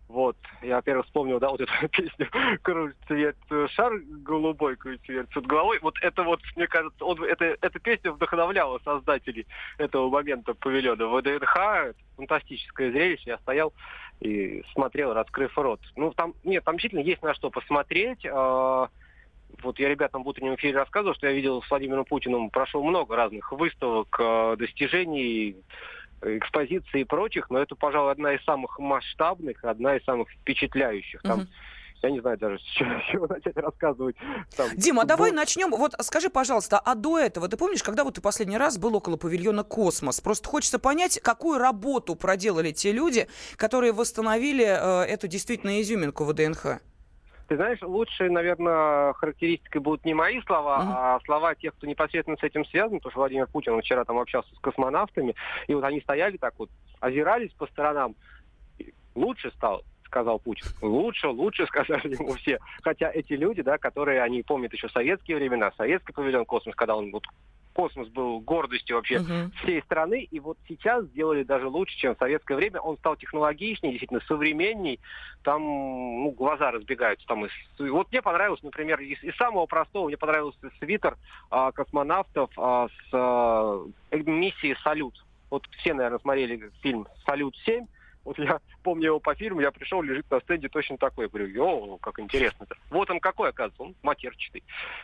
Вот, я, во-первых, вспомнил, да, вот эту песню «Кружит цвет шар голубой, кружит цвет цвет головой». Вот это вот, мне кажется, он, это, эта песня вдохновляла создателей этого момента павильона. ВДНХ, фантастическое зрелище, я стоял и смотрел, раскрыв рот. Ну, там, нет, там действительно есть на что посмотреть. Вот я ребятам в утреннем эфире рассказывал, что я видел с Владимиром Путиным, прошел много разных выставок, достижений, экспозиции и прочих, но это, пожалуй, одна из самых масштабных, одна из самых впечатляющих. Там, угу. Я не знаю даже, с чего, с чего начать рассказывать. Там, Дима, а футбол... давай начнем. Вот скажи, пожалуйста, а до этого, ты помнишь, когда вот ты последний раз был около павильона «Космос»? Просто хочется понять, какую работу проделали те люди, которые восстановили э, эту действительно изюминку ВДНХ. Ты знаешь, лучшей, наверное, характеристикой будут не мои слова, uh-huh. а слова тех, кто непосредственно с этим связан, потому что Владимир Путин он вчера там общался с космонавтами, и вот они стояли так вот, озирались по сторонам. Лучше стало, сказал Путин. Лучше, лучше, сказали ему все. Хотя эти люди, да, которые, они помнят еще советские времена, советский павильон «Космос», когда он вот космос был гордостью вообще uh-huh. всей страны, и вот сейчас сделали даже лучше, чем в советское время. Он стал технологичнее, действительно современней, там ну, глаза разбегаются. Там из... Вот мне понравилось, например, из, из самого простого, мне понравился свитер а, космонавтов а, с а, миссии «Салют». Вот все, наверное, смотрели фильм «Салют-семь». Вот я помню его по фильму, я пришел, лежит на стенде точно такой. Я говорю, о, как интересно-то. Вот он какой, оказывается, он матерчатый.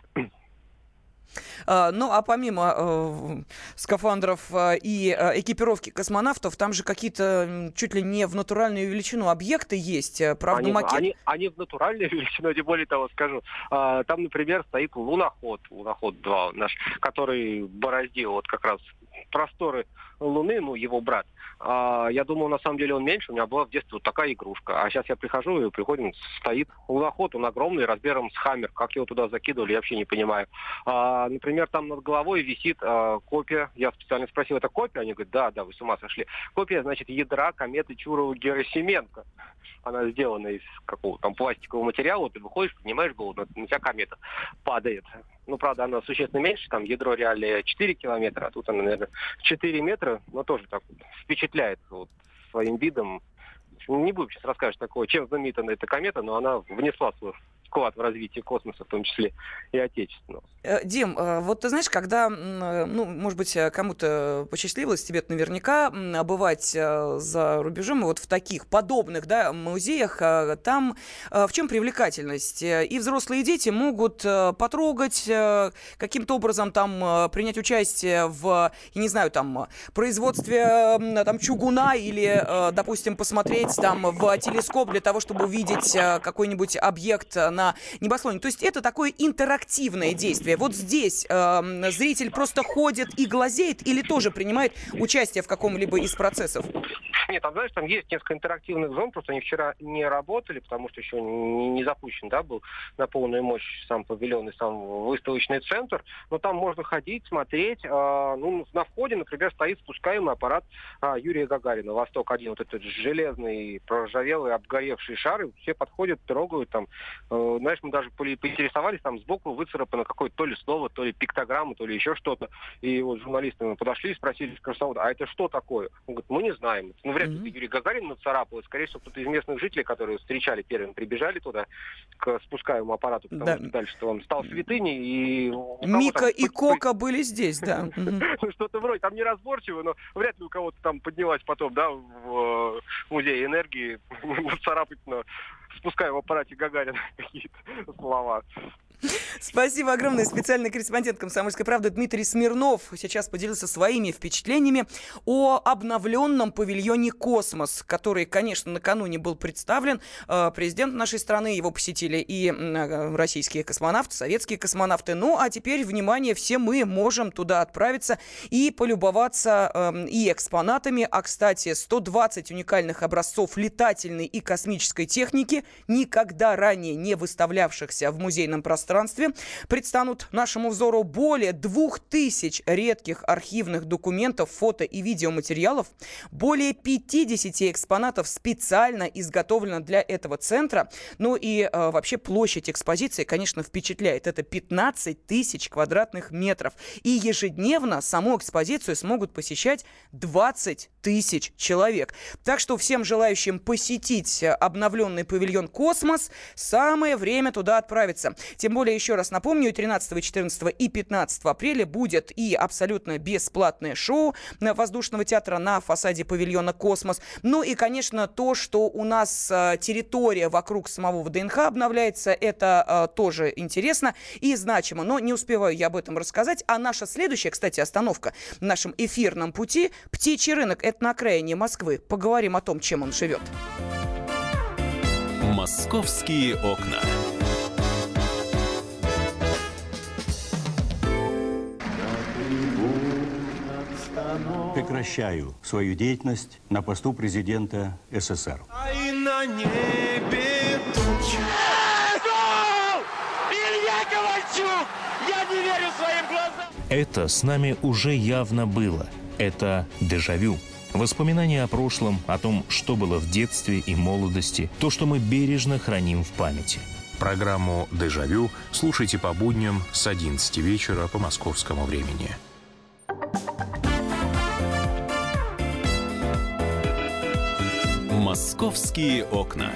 Uh, ну, а помимо uh, скафандров uh, и uh, экипировки космонавтов, там же какие-то чуть ли не в натуральную величину объекты есть, правда, они, макет? Они, они в натуральную величину, не более того скажу. Uh, там, например, стоит луноход, луноход-два наш, который бороздил вот как раз просторы Луны, ну, его брат. А, я думал, на самом деле он меньше. У меня была в детстве вот такая игрушка. А сейчас я прихожу и приходим, стоит луноход, он огромный, размером с «Хаммер». Как его туда закидывали, я вообще не понимаю. А, например, там над головой висит а, копия. Я специально спросил, это копия? Они говорят, да, да, вы с ума сошли. Копия, значит, ядра кометы Чурова-Герасименко. Она сделана из какого-то там пластикового материала. Ты выходишь, поднимаешь голову, на тебя комета падает. Ну, правда, она существенно меньше. Там ядро реально четыре километра, а тут она, наверное, четыре метра. Но тоже так вот впечатляет вот, своим видом. Не буду сейчас рассказывать такого, чем знаменита эта комета, но она внесла свой вклад в развитие космоса, в том числе и отечественного. Дим, вот ты знаешь, когда, ну, может быть, кому-то посчастливилось, тебе наверняка бывать за рубежом, вот в таких подобных, да, музеях, там в чем привлекательность? И взрослые, и дети могут потрогать, каким-то образом там принять участие в, я не знаю, там, производстве там, чугуна или, допустим, посмотреть там в телескоп для того, чтобы увидеть какой-нибудь объект на небосклоне. То есть это такое интерактивное действие. Вот здесь э, зритель просто ходит и глазеет или тоже принимает участие в каком-либо из процессов? Нет, там, знаешь, там есть несколько интерактивных зон, просто они вчера не работали, потому что еще не, не запущен, да, был на полную мощь сам павильон и сам выставочный центр, но там можно ходить, смотреть. Э, ну, на входе, например, стоит спускаемый аппарат э, Юрия Гагарина, Восток-один, вот этот железный, проржавелый, обгоревший шар, и все подходят, трогают там. Э, знаешь, мы даже поинтересовались, там сбоку выцарапано какое-то то ли слово, то ли пиктограмма, то ли еще что-то. И вот журналисты подошли и спросили экскурсовода, а это что такое? Он говорит, мы не знаем. Ну, вряд ли mm-hmm. Юрий Гагарин нацарапал. Скорее всего, кто-то из местных жителей, которые встречали первым, прибежали туда к спускаемому аппарату, потому да. что дальше он стал святыней. И Мика там... и Кока были здесь, да. Что-то вроде, там неразборчиво, но вряд ли у кого-то там поднялась потом, да, в музее энергии нацарапать на спускаемом аппарате Гагарина какие-то слова. Спасибо огромное. Специальный корреспондент «Комсомольской правды» Дмитрий Смирнов сейчас поделился своими впечатлениями о обновленном павильоне «Космос», который, конечно, накануне был представлен. Президент нашей страны, его посетили и российские космонавты, советские космонавты. Ну, а теперь, внимание, все мы можем туда отправиться и полюбоваться и экспонатами. А, кстати, сто двадцать уникальных образцов летательной и космической техники, никогда ранее не выставлявшихся в музейном пространстве, пространстве. Предстанут нашему взору более двух тысяч редких архивных документов, фото и видеоматериалов. Более пятидесяти экспонатов специально изготовлено для этого центра. Ну и э, вообще площадь экспозиции, конечно, впечатляет. Это пятнадцать тысяч квадратных метров. И ежедневно саму экспозицию смогут посещать двадцать тысяч человек. Так что всем желающим посетить обновленный павильон «Космос» самое время туда отправиться. Тем более, еще раз напомню, тринадцатого, четырнадцатого и пятнадцатого апреля будет и абсолютно бесплатное шоу воздушного театра на фасаде павильона «Космос». Ну и, конечно, то, что у нас территория вокруг самого ВДНХ обновляется, это тоже интересно и значимо. Но не успеваю я об этом рассказать. А наша следующая, кстати, остановка в нашем эфирном пути – птичий рынок. Это на окраине Москвы. Поговорим о том, чем он живет. «Московские окна». Прекращаю свою деятельность на посту президента СССР. А и на небе тучи. Илья Ковальчук! Я не верю своим глазам! Это с нами уже явно было. Это дежавю. Воспоминания о прошлом, о том, что было в детстве и молодости, то, что мы бережно храним в памяти. Программу «Дежавю» слушайте по будням с одиннадцати вечера по московскому времени. «Московские окна».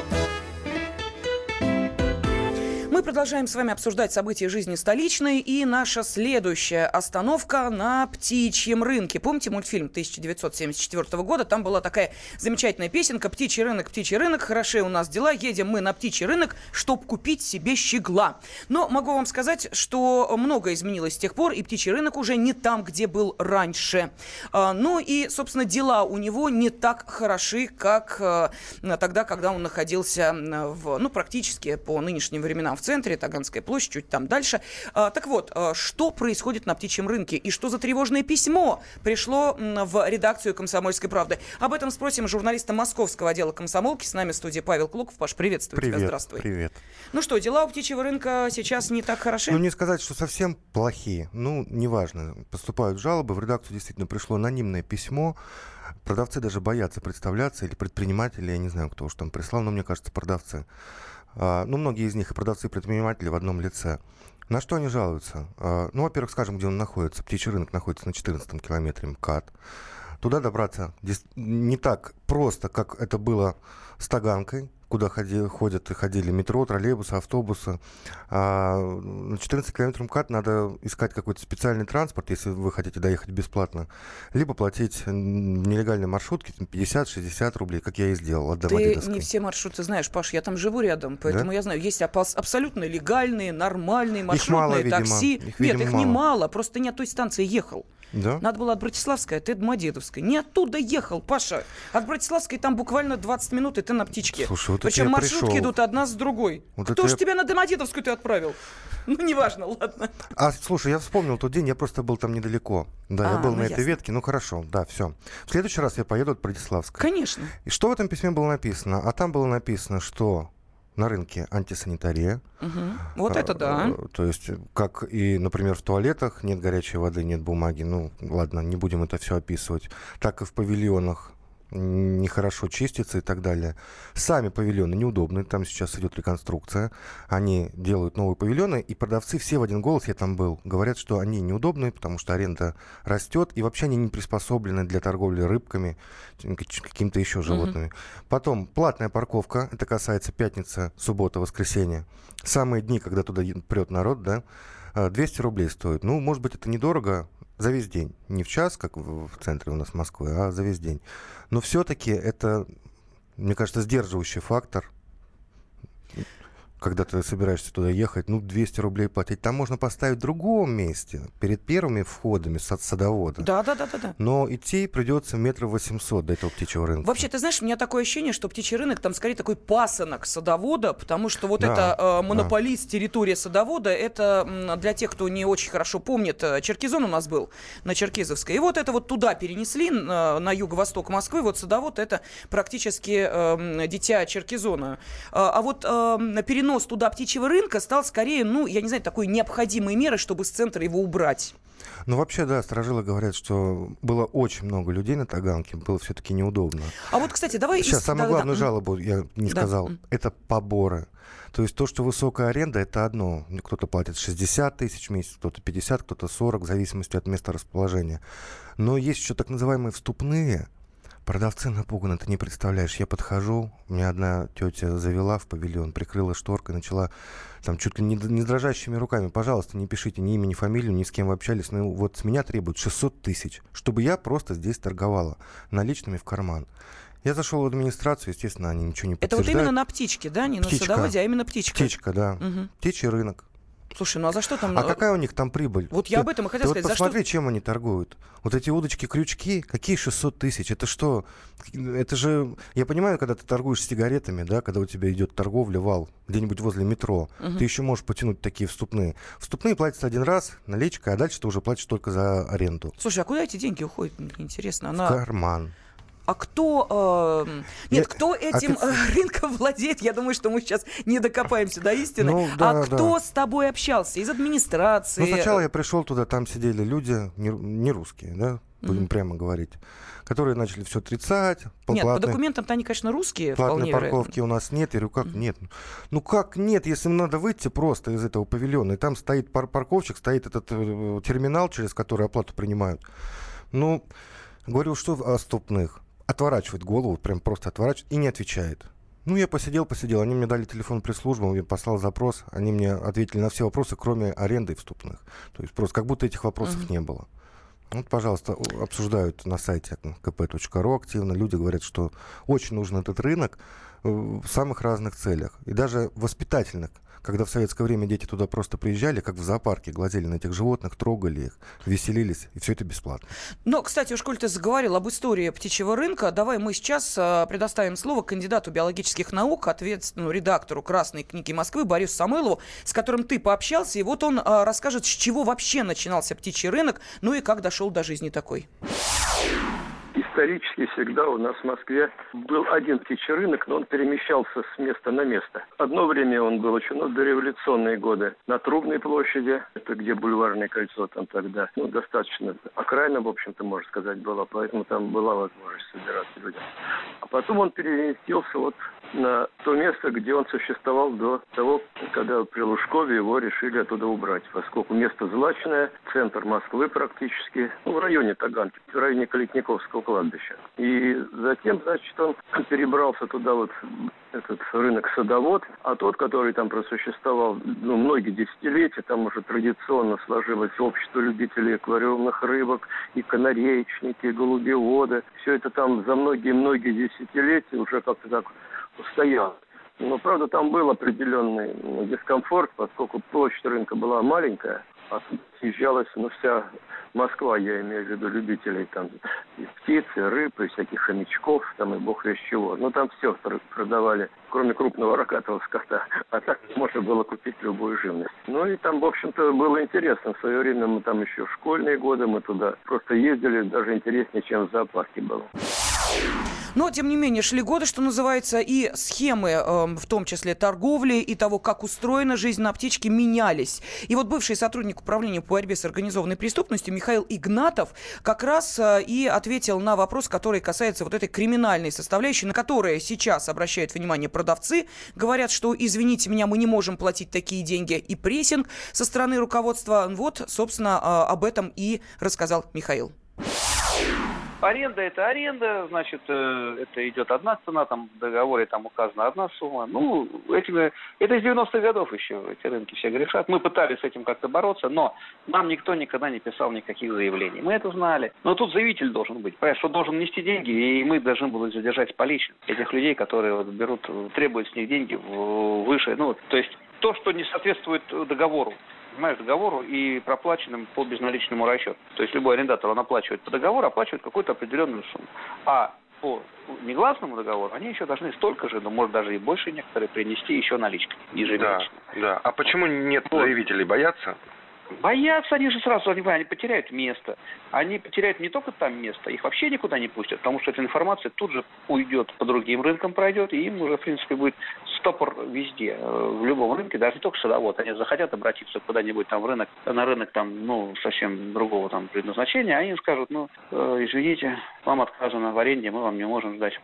Мы продолжаем с вами обсуждать события жизни столичной, и наша следующая остановка на птичьем рынке. Помните мультфильм тысяча девятьсот семьдесят четвёртого года? Там была такая замечательная песенка «Птичий рынок, птичий рынок, хороши у нас дела, едем мы на птичий рынок, чтоб купить себе щегла». Но могу вам сказать, что многое изменилось с тех пор, и птичий рынок уже не там, где был раньше. Ну и, собственно, дела у него не так хороши, как тогда, когда он находился в, ну, практически по нынешним временам в центре, Таганская площадь, чуть там дальше. А, так вот, а, что происходит на птичьем рынке и что за тревожное письмо пришло м, в редакцию «Комсомольской правды»? Об этом спросим журналиста московского отдела «Комсомолки». С нами в студии Павел Клоков. Паш, приветствую привет, тебя, здравствуй. Привет. Ну что, дела у птичьего рынка сейчас не так хороши? Ну, не сказать, что совсем плохие. Ну, неважно. Поступают жалобы. В редакцию действительно пришло анонимное письмо. Продавцы даже боятся представляться, или предприниматели, я не знаю, кто уж там прислал, но мне кажется, продавцы. Uh, ну, многие из них и продавцы, и предприниматели в одном лице. На что они жалуются? Uh, ну, во-первых, скажем, где он находится. Птичий рынок находится на четырнадцатом километре МКАД. Туда добраться не так просто, как это было с Таганкой, куда ходи, ходят и ходили метро, троллейбусы, автобусы. А на четырнадцать километров МКАД надо искать какой-то специальный транспорт, если вы хотите доехать бесплатно, либо платить в нелегальной маршрутке пятьдесят-шестьдесят рублей, как я и сделал от Домодедовской. Ты не все маршруты знаешь, Паш, я там живу рядом, поэтому да? я знаю, есть абсолютно легальные, нормальные маршрутные их мало, такси. Видимо. Их, Нет, видимо, их мало. немало, просто ты не от той станции ехал. Да? Надо было от Братиславской, а ты от Домодедовской. Не оттуда ехал, Паша. От Братиславской там буквально двадцать минут, и ты на птичке. Слушай, вот причем маршрутки пришел. идут одна с другой. Вот Кто ж я... тебя на Домодедовскую ты отправил? Ну, неважно, ладно. А, слушай, я вспомнил тот день, я просто был там недалеко. Да, а, я был ну на ясно. этой ветке. Ну, хорошо, да, все. В следующий раз я поеду от Братиславской. Конечно. И что в этом письме было написано? А там было написано, что на рынке антисанитария. Угу. Вот это да. То есть, как и, например, в туалетах нет горячей воды, нет бумаги. Ну, ладно, не будем это все описывать. Так и в павильонах нехорошо чистится и так далее. Сами павильоны неудобные, там сейчас идет реконструкция. Они делают новые павильоны, и продавцы все в один голос, я там был, говорят, что они неудобные, потому что аренда растет, и вообще они не приспособлены для торговли рыбками, какими-то еще животными. Mm-hmm. Потом платная парковка, это касается пятница, суббота, воскресенье. Самые дни, когда туда прет народ, да, двести рублей стоит. Ну, может быть, это недорого, за весь день. Не в час, как в, в центре у нас Москвы, а за весь день. Но все-таки это, мне кажется, сдерживающий фактор. Когда ты собираешься туда ехать, ну, двести рублей платить. Там можно поставить в другом месте, перед первыми входами сад садовода. Да, да, да, да, да. Но идти придется метров восемьсот до этого птичьего рынка. Вообще, ты знаешь, у меня такое ощущение, что птичий рынок там скорее такой пасынок садовода, потому что вот да, это э, монополист, да. территория садовода, это для тех, кто не очень хорошо помнит, Черкизон у нас был на Черкизовской. И вот это вот туда перенесли, на, на юго-восток Москвы. Вот садовод это практически э, дитя Черкизона. А, а вот э, перенос перенос туда птичьего рынка стал скорее, ну, я не знаю, такой необходимой мерой, чтобы с центра его убрать. Ну, вообще, да, сторожилы говорят, что было очень много людей на Таганке, было все-таки неудобно. А вот, кстати, давай... Сейчас, из... самую да, главную да. жалобу я не да. сказал, это поборы. То есть то, что высокая аренда, это одно. Кто-то платит шестьдесят тысяч в месяц, кто-то пятьдесят, кто-то сорок, в зависимости от места расположения. Но есть еще так называемые вступные. Продавцы напуганы, ты не представляешь. Я подхожу, меня одна тетя завела в павильон, прикрыла шторкой, начала там чуть ли не, не дрожащими руками. Пожалуйста, не пишите ни имя, ни фамилию, ни с кем вы общались. Но вот с меня требуют шестьсот тысяч, чтобы я просто здесь торговала наличными в карман. Я зашел в администрацию, естественно, они ничего не подтверждают. Это вот именно на птичке, да? Не птичка. На садоводе, а именно птичка. Птичка, да. Угу. Птичий рынок. Слушай, ну а за что там... А какая у них там прибыль? Вот ты, я об этом и хотел ты сказать. Вот посмотри, за что... чем они торгуют. Вот эти удочки-крючки, какие шестьсот тысяч? Это что? Это же... Я понимаю, когда ты торгуешь сигаретами, да, когда у тебя идет торговля, вал, где-нибудь возле метро, угу. ты еще можешь потянуть такие вступные. Вступные платятся один раз, наличка, а дальше ты уже платишь только за аренду. Слушай, а куда эти деньги уходят? Интересно. Она... В карман. А кто, э, нет, Я, кто этим а ты... рынком владеет? Я думаю, что мы сейчас не докопаемся до истины. Ну, да, а кто да. с тобой общался? Из администрации? Ну, сначала я пришел туда, там сидели люди, не, не русские, да, будем mm-hmm. прямо говорить, которые начали все отрицать. По нет, платной, по документам-то они, конечно, русские. Платной парковки вероятно. У нас нет. Я говорю, как mm-hmm. нет? Ну, как нет, если надо выйти просто из этого павильона, и там стоит пар- парковщик, стоит этот э, терминал, через который оплату принимают. Ну, говорю, что о вступных? Отворачивает голову, прям просто отворачивает и не отвечает. Ну, я посидел, посидел. Они мне дали телефон пресс-службы, я послал запрос. Они мне ответили на все вопросы, кроме аренды и вступных. То есть просто как будто этих вопросов uh-huh. не было. Вот, пожалуйста, обсуждают на сайте ка пэ точка ру активно. Люди говорят, что очень нужен этот рынок в самых разных целях. И даже воспитательных. Когда в советское время дети туда просто приезжали, как в зоопарке, глазели на этих животных, трогали их, веселились, и все это бесплатно. Но, кстати, уж коль ты заговорил об истории птичьего рынка, давай мы сейчас а, предоставим слово кандидату биологических наук, ответственному редактору «Красной книги Москвы» Борису Самойлову, с которым ты пообщался, и вот он а, расскажет, с чего вообще начинался птичий рынок, ну и как дошел до жизни такой. Исторически всегда у нас в Москве был один птичий рынок, но он перемещался с места на место. Одно время он был еще, ну, дореволюционные годы, на Трубной площади, это где Бульварное кольцо там тогда, ну, достаточно окраина, в общем-то, можно сказать, была, поэтому там была возможность собираться людям. А потом он переместился вот на то место, где он существовал до того, когда при Лужкове его решили оттуда убрать, поскольку место злачное, центр Москвы практически, ну, в районе Таганки, в районе Калитниковского кладбища. И затем, значит, он перебрался туда вот, этот рынок Садовод, а тот, который там просуществовал, ну, многие десятилетия, там уже традиционно сложилось общество любителей аквариумных рыбок, и канареечники, и голубеводы. Все это там за многие-многие десятилетия уже как-то так устояло. Но, правда, там был определенный дискомфорт, поскольку площадь рынка была маленькая, а съезжалась, ну, вся Москва, я имею в виду любителей там и птиц, и рыб, и всяких хомячков, там и бог весть чего. Но там все продавали, кроме крупного рогатого скота. А так можно было купить любую живность. Ну и там, в общем-то, было интересно. В свое время мы там еще в школьные годы, мы туда просто ездили, даже интереснее, чем в зоопарке было. Но, тем не менее, шли годы, что называется, и схемы, э, в том числе торговли, и того, как устроена жизнь на птичке, менялись. И вот бывший сотрудник управления по борьбе с организованной преступностью Михаил Игнатов как раз э, и ответил на вопрос, который касается вот этой криминальной составляющей, на которую сейчас обращают внимание продавцы. Говорят, что, извините меня, мы не можем платить такие деньги, и прессинг со стороны руководства. Вот, собственно, э, об этом и рассказал Михаил. Аренда – это аренда, значит, это идет одна цена, там в договоре там указана одна сумма. Ну, этими, это из девяностых годов еще эти рынки все грешат. Мы пытались с этим как-то бороться, но нам никто никогда не писал никаких заявлений. Мы это знали. Но тут заявитель должен быть, понимаешь, что должен нести деньги, и мы должны будем задержать полично этих людей, которые вот берут, требуют с них деньги выше. Ну, то есть то, что не соответствует договору. Понимаешь, договору и проплаченным по безналичному расчету. То есть любой арендатор, он оплачивает по договору, оплачивает какую-то определенную сумму. А по негласному договору они еще должны столько же, но может даже и больше некоторые принести еще наличкой ежемесячно. Да, да. А почему нет заявителей? Боятся? Боятся, они же сразу, они, они потеряют место. Они потеряют не только там место, их вообще никуда не пустят, потому что эта информация тут же уйдет по другим рынкам, пройдет, и им уже, в принципе, будет стопор везде, в любом рынке, даже не только садовод. Они захотят обратиться куда-нибудь там в рынок, на рынок там, ну, совсем другого там предназначения, они им скажут, ну, э, извините, вам отказано в аренде, мы вам не можем сдать.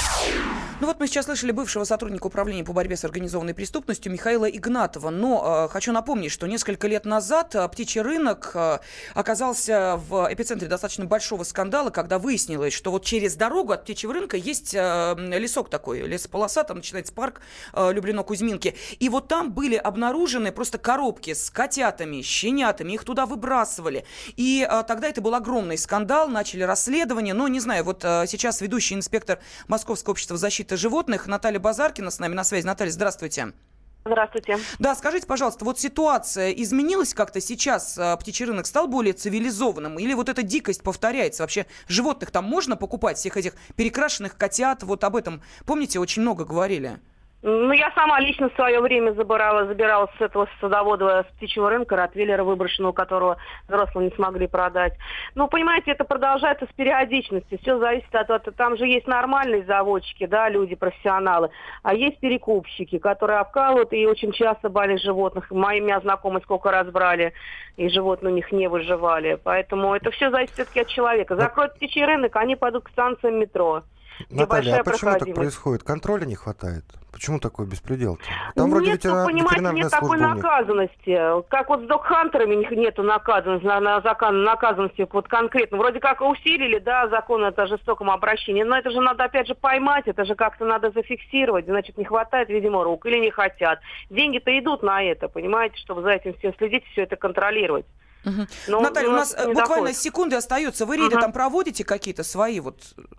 Ну вот мы сейчас слышали бывшего сотрудника управления по борьбе с организованной преступностью Михаила Игнатова. Но э, хочу напомнить, что несколько лет назад э, птичий рынок э, оказался в эпицентре достаточно большого скандала, когда выяснилось, что вот через дорогу от птичьего рынка есть э, лесок такой, лесополоса, там начинается парк э, Люблино-Кузьминки. И вот там были обнаружены просто коробки с котятами, щенятами, их туда выбрасывали. И э, тогда это был огромный скандал, начали расследование. Но не знаю, вот э, сейчас ведущий инспектор Московского общества защиты животных Наталья Базаркина с нами на связи. Наталья, здравствуйте. Здравствуйте. Да, скажите, пожалуйста, вот ситуация изменилась как-то сейчас? Птичий рынок стал более цивилизованным? Или вот эта дикость повторяется? Вообще животных там можно покупать, всех этих перекрашенных котят? Вот об этом, помните, очень много говорили. Ну, я сама лично в свое время забирала, забирала с этого садовода с птичьего рынка ротвейлера выброшенного, которого взрослые не смогли продать. Ну, понимаете, это продолжается с периодичностью. Все зависит от этого. Там же есть нормальные заводчики, да, люди, профессионалы, а есть перекупщики, которые обкалывают и очень часто больных животных. Мои меня знакомые сколько раз брали, и животные у них не выживали. Поэтому это все зависит все-таки от человека. Закроют птичий рынок, они пойдут к станциям метро. Наталья, а почему так происходит? Контроля не хватает? Почему такой беспредел-то? Там нет, вроде ну, ветерина... понимаете, нет такой наказанности. Как вот с док-хантерами нету наказанности, на, на закон, наказанности вот конкретно. Вроде как усилили, да, закон о жестоком обращении, но это же надо опять же поймать, это же как-то надо зафиксировать. Значит, не хватает, видимо, рук или не хотят. Деньги-то идут на это, понимаете, чтобы за этим все следить, все это контролировать. Угу. Но, Наталья, у нас буквально доходит. Секунды остаются. Вы рейды угу. там проводите какие-то свои вот...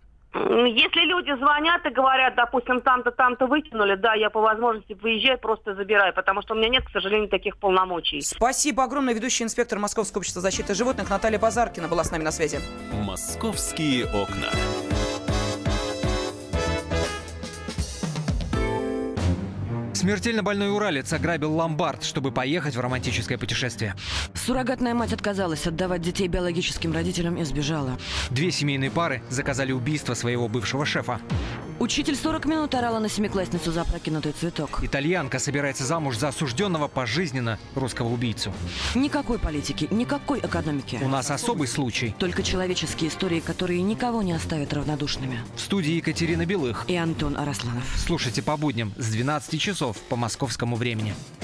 Если люди звонят и говорят, допустим, там-то, там-то выкинули, да, я по возможности выезжаю, просто забираю, потому что у меня нет, к сожалению, таких полномочий. Спасибо огромное. Ведущий инспектор Московского общества защиты животных Наталья Базаркина была с нами на связи. Московские окна. Смертельно больной уралец ограбил ломбард, чтобы поехать в романтическое путешествие. Суррогатная мать отказалась отдавать детей биологическим родителям и сбежала. Две семейные пары заказали убийство своего бывшего шефа. Учитель сорок минут орала на семиклассницу за опрокинутый цветок. Итальянка собирается замуж за осужденного пожизненно русского убийцу. Никакой политики, никакой экономики. У нас особый случай. Только человеческие истории, которые никого не оставят равнодушными. В студии Екатерина Белых и Антон Арасланов. Слушайте по будням с двенадцати часов по московскому времени.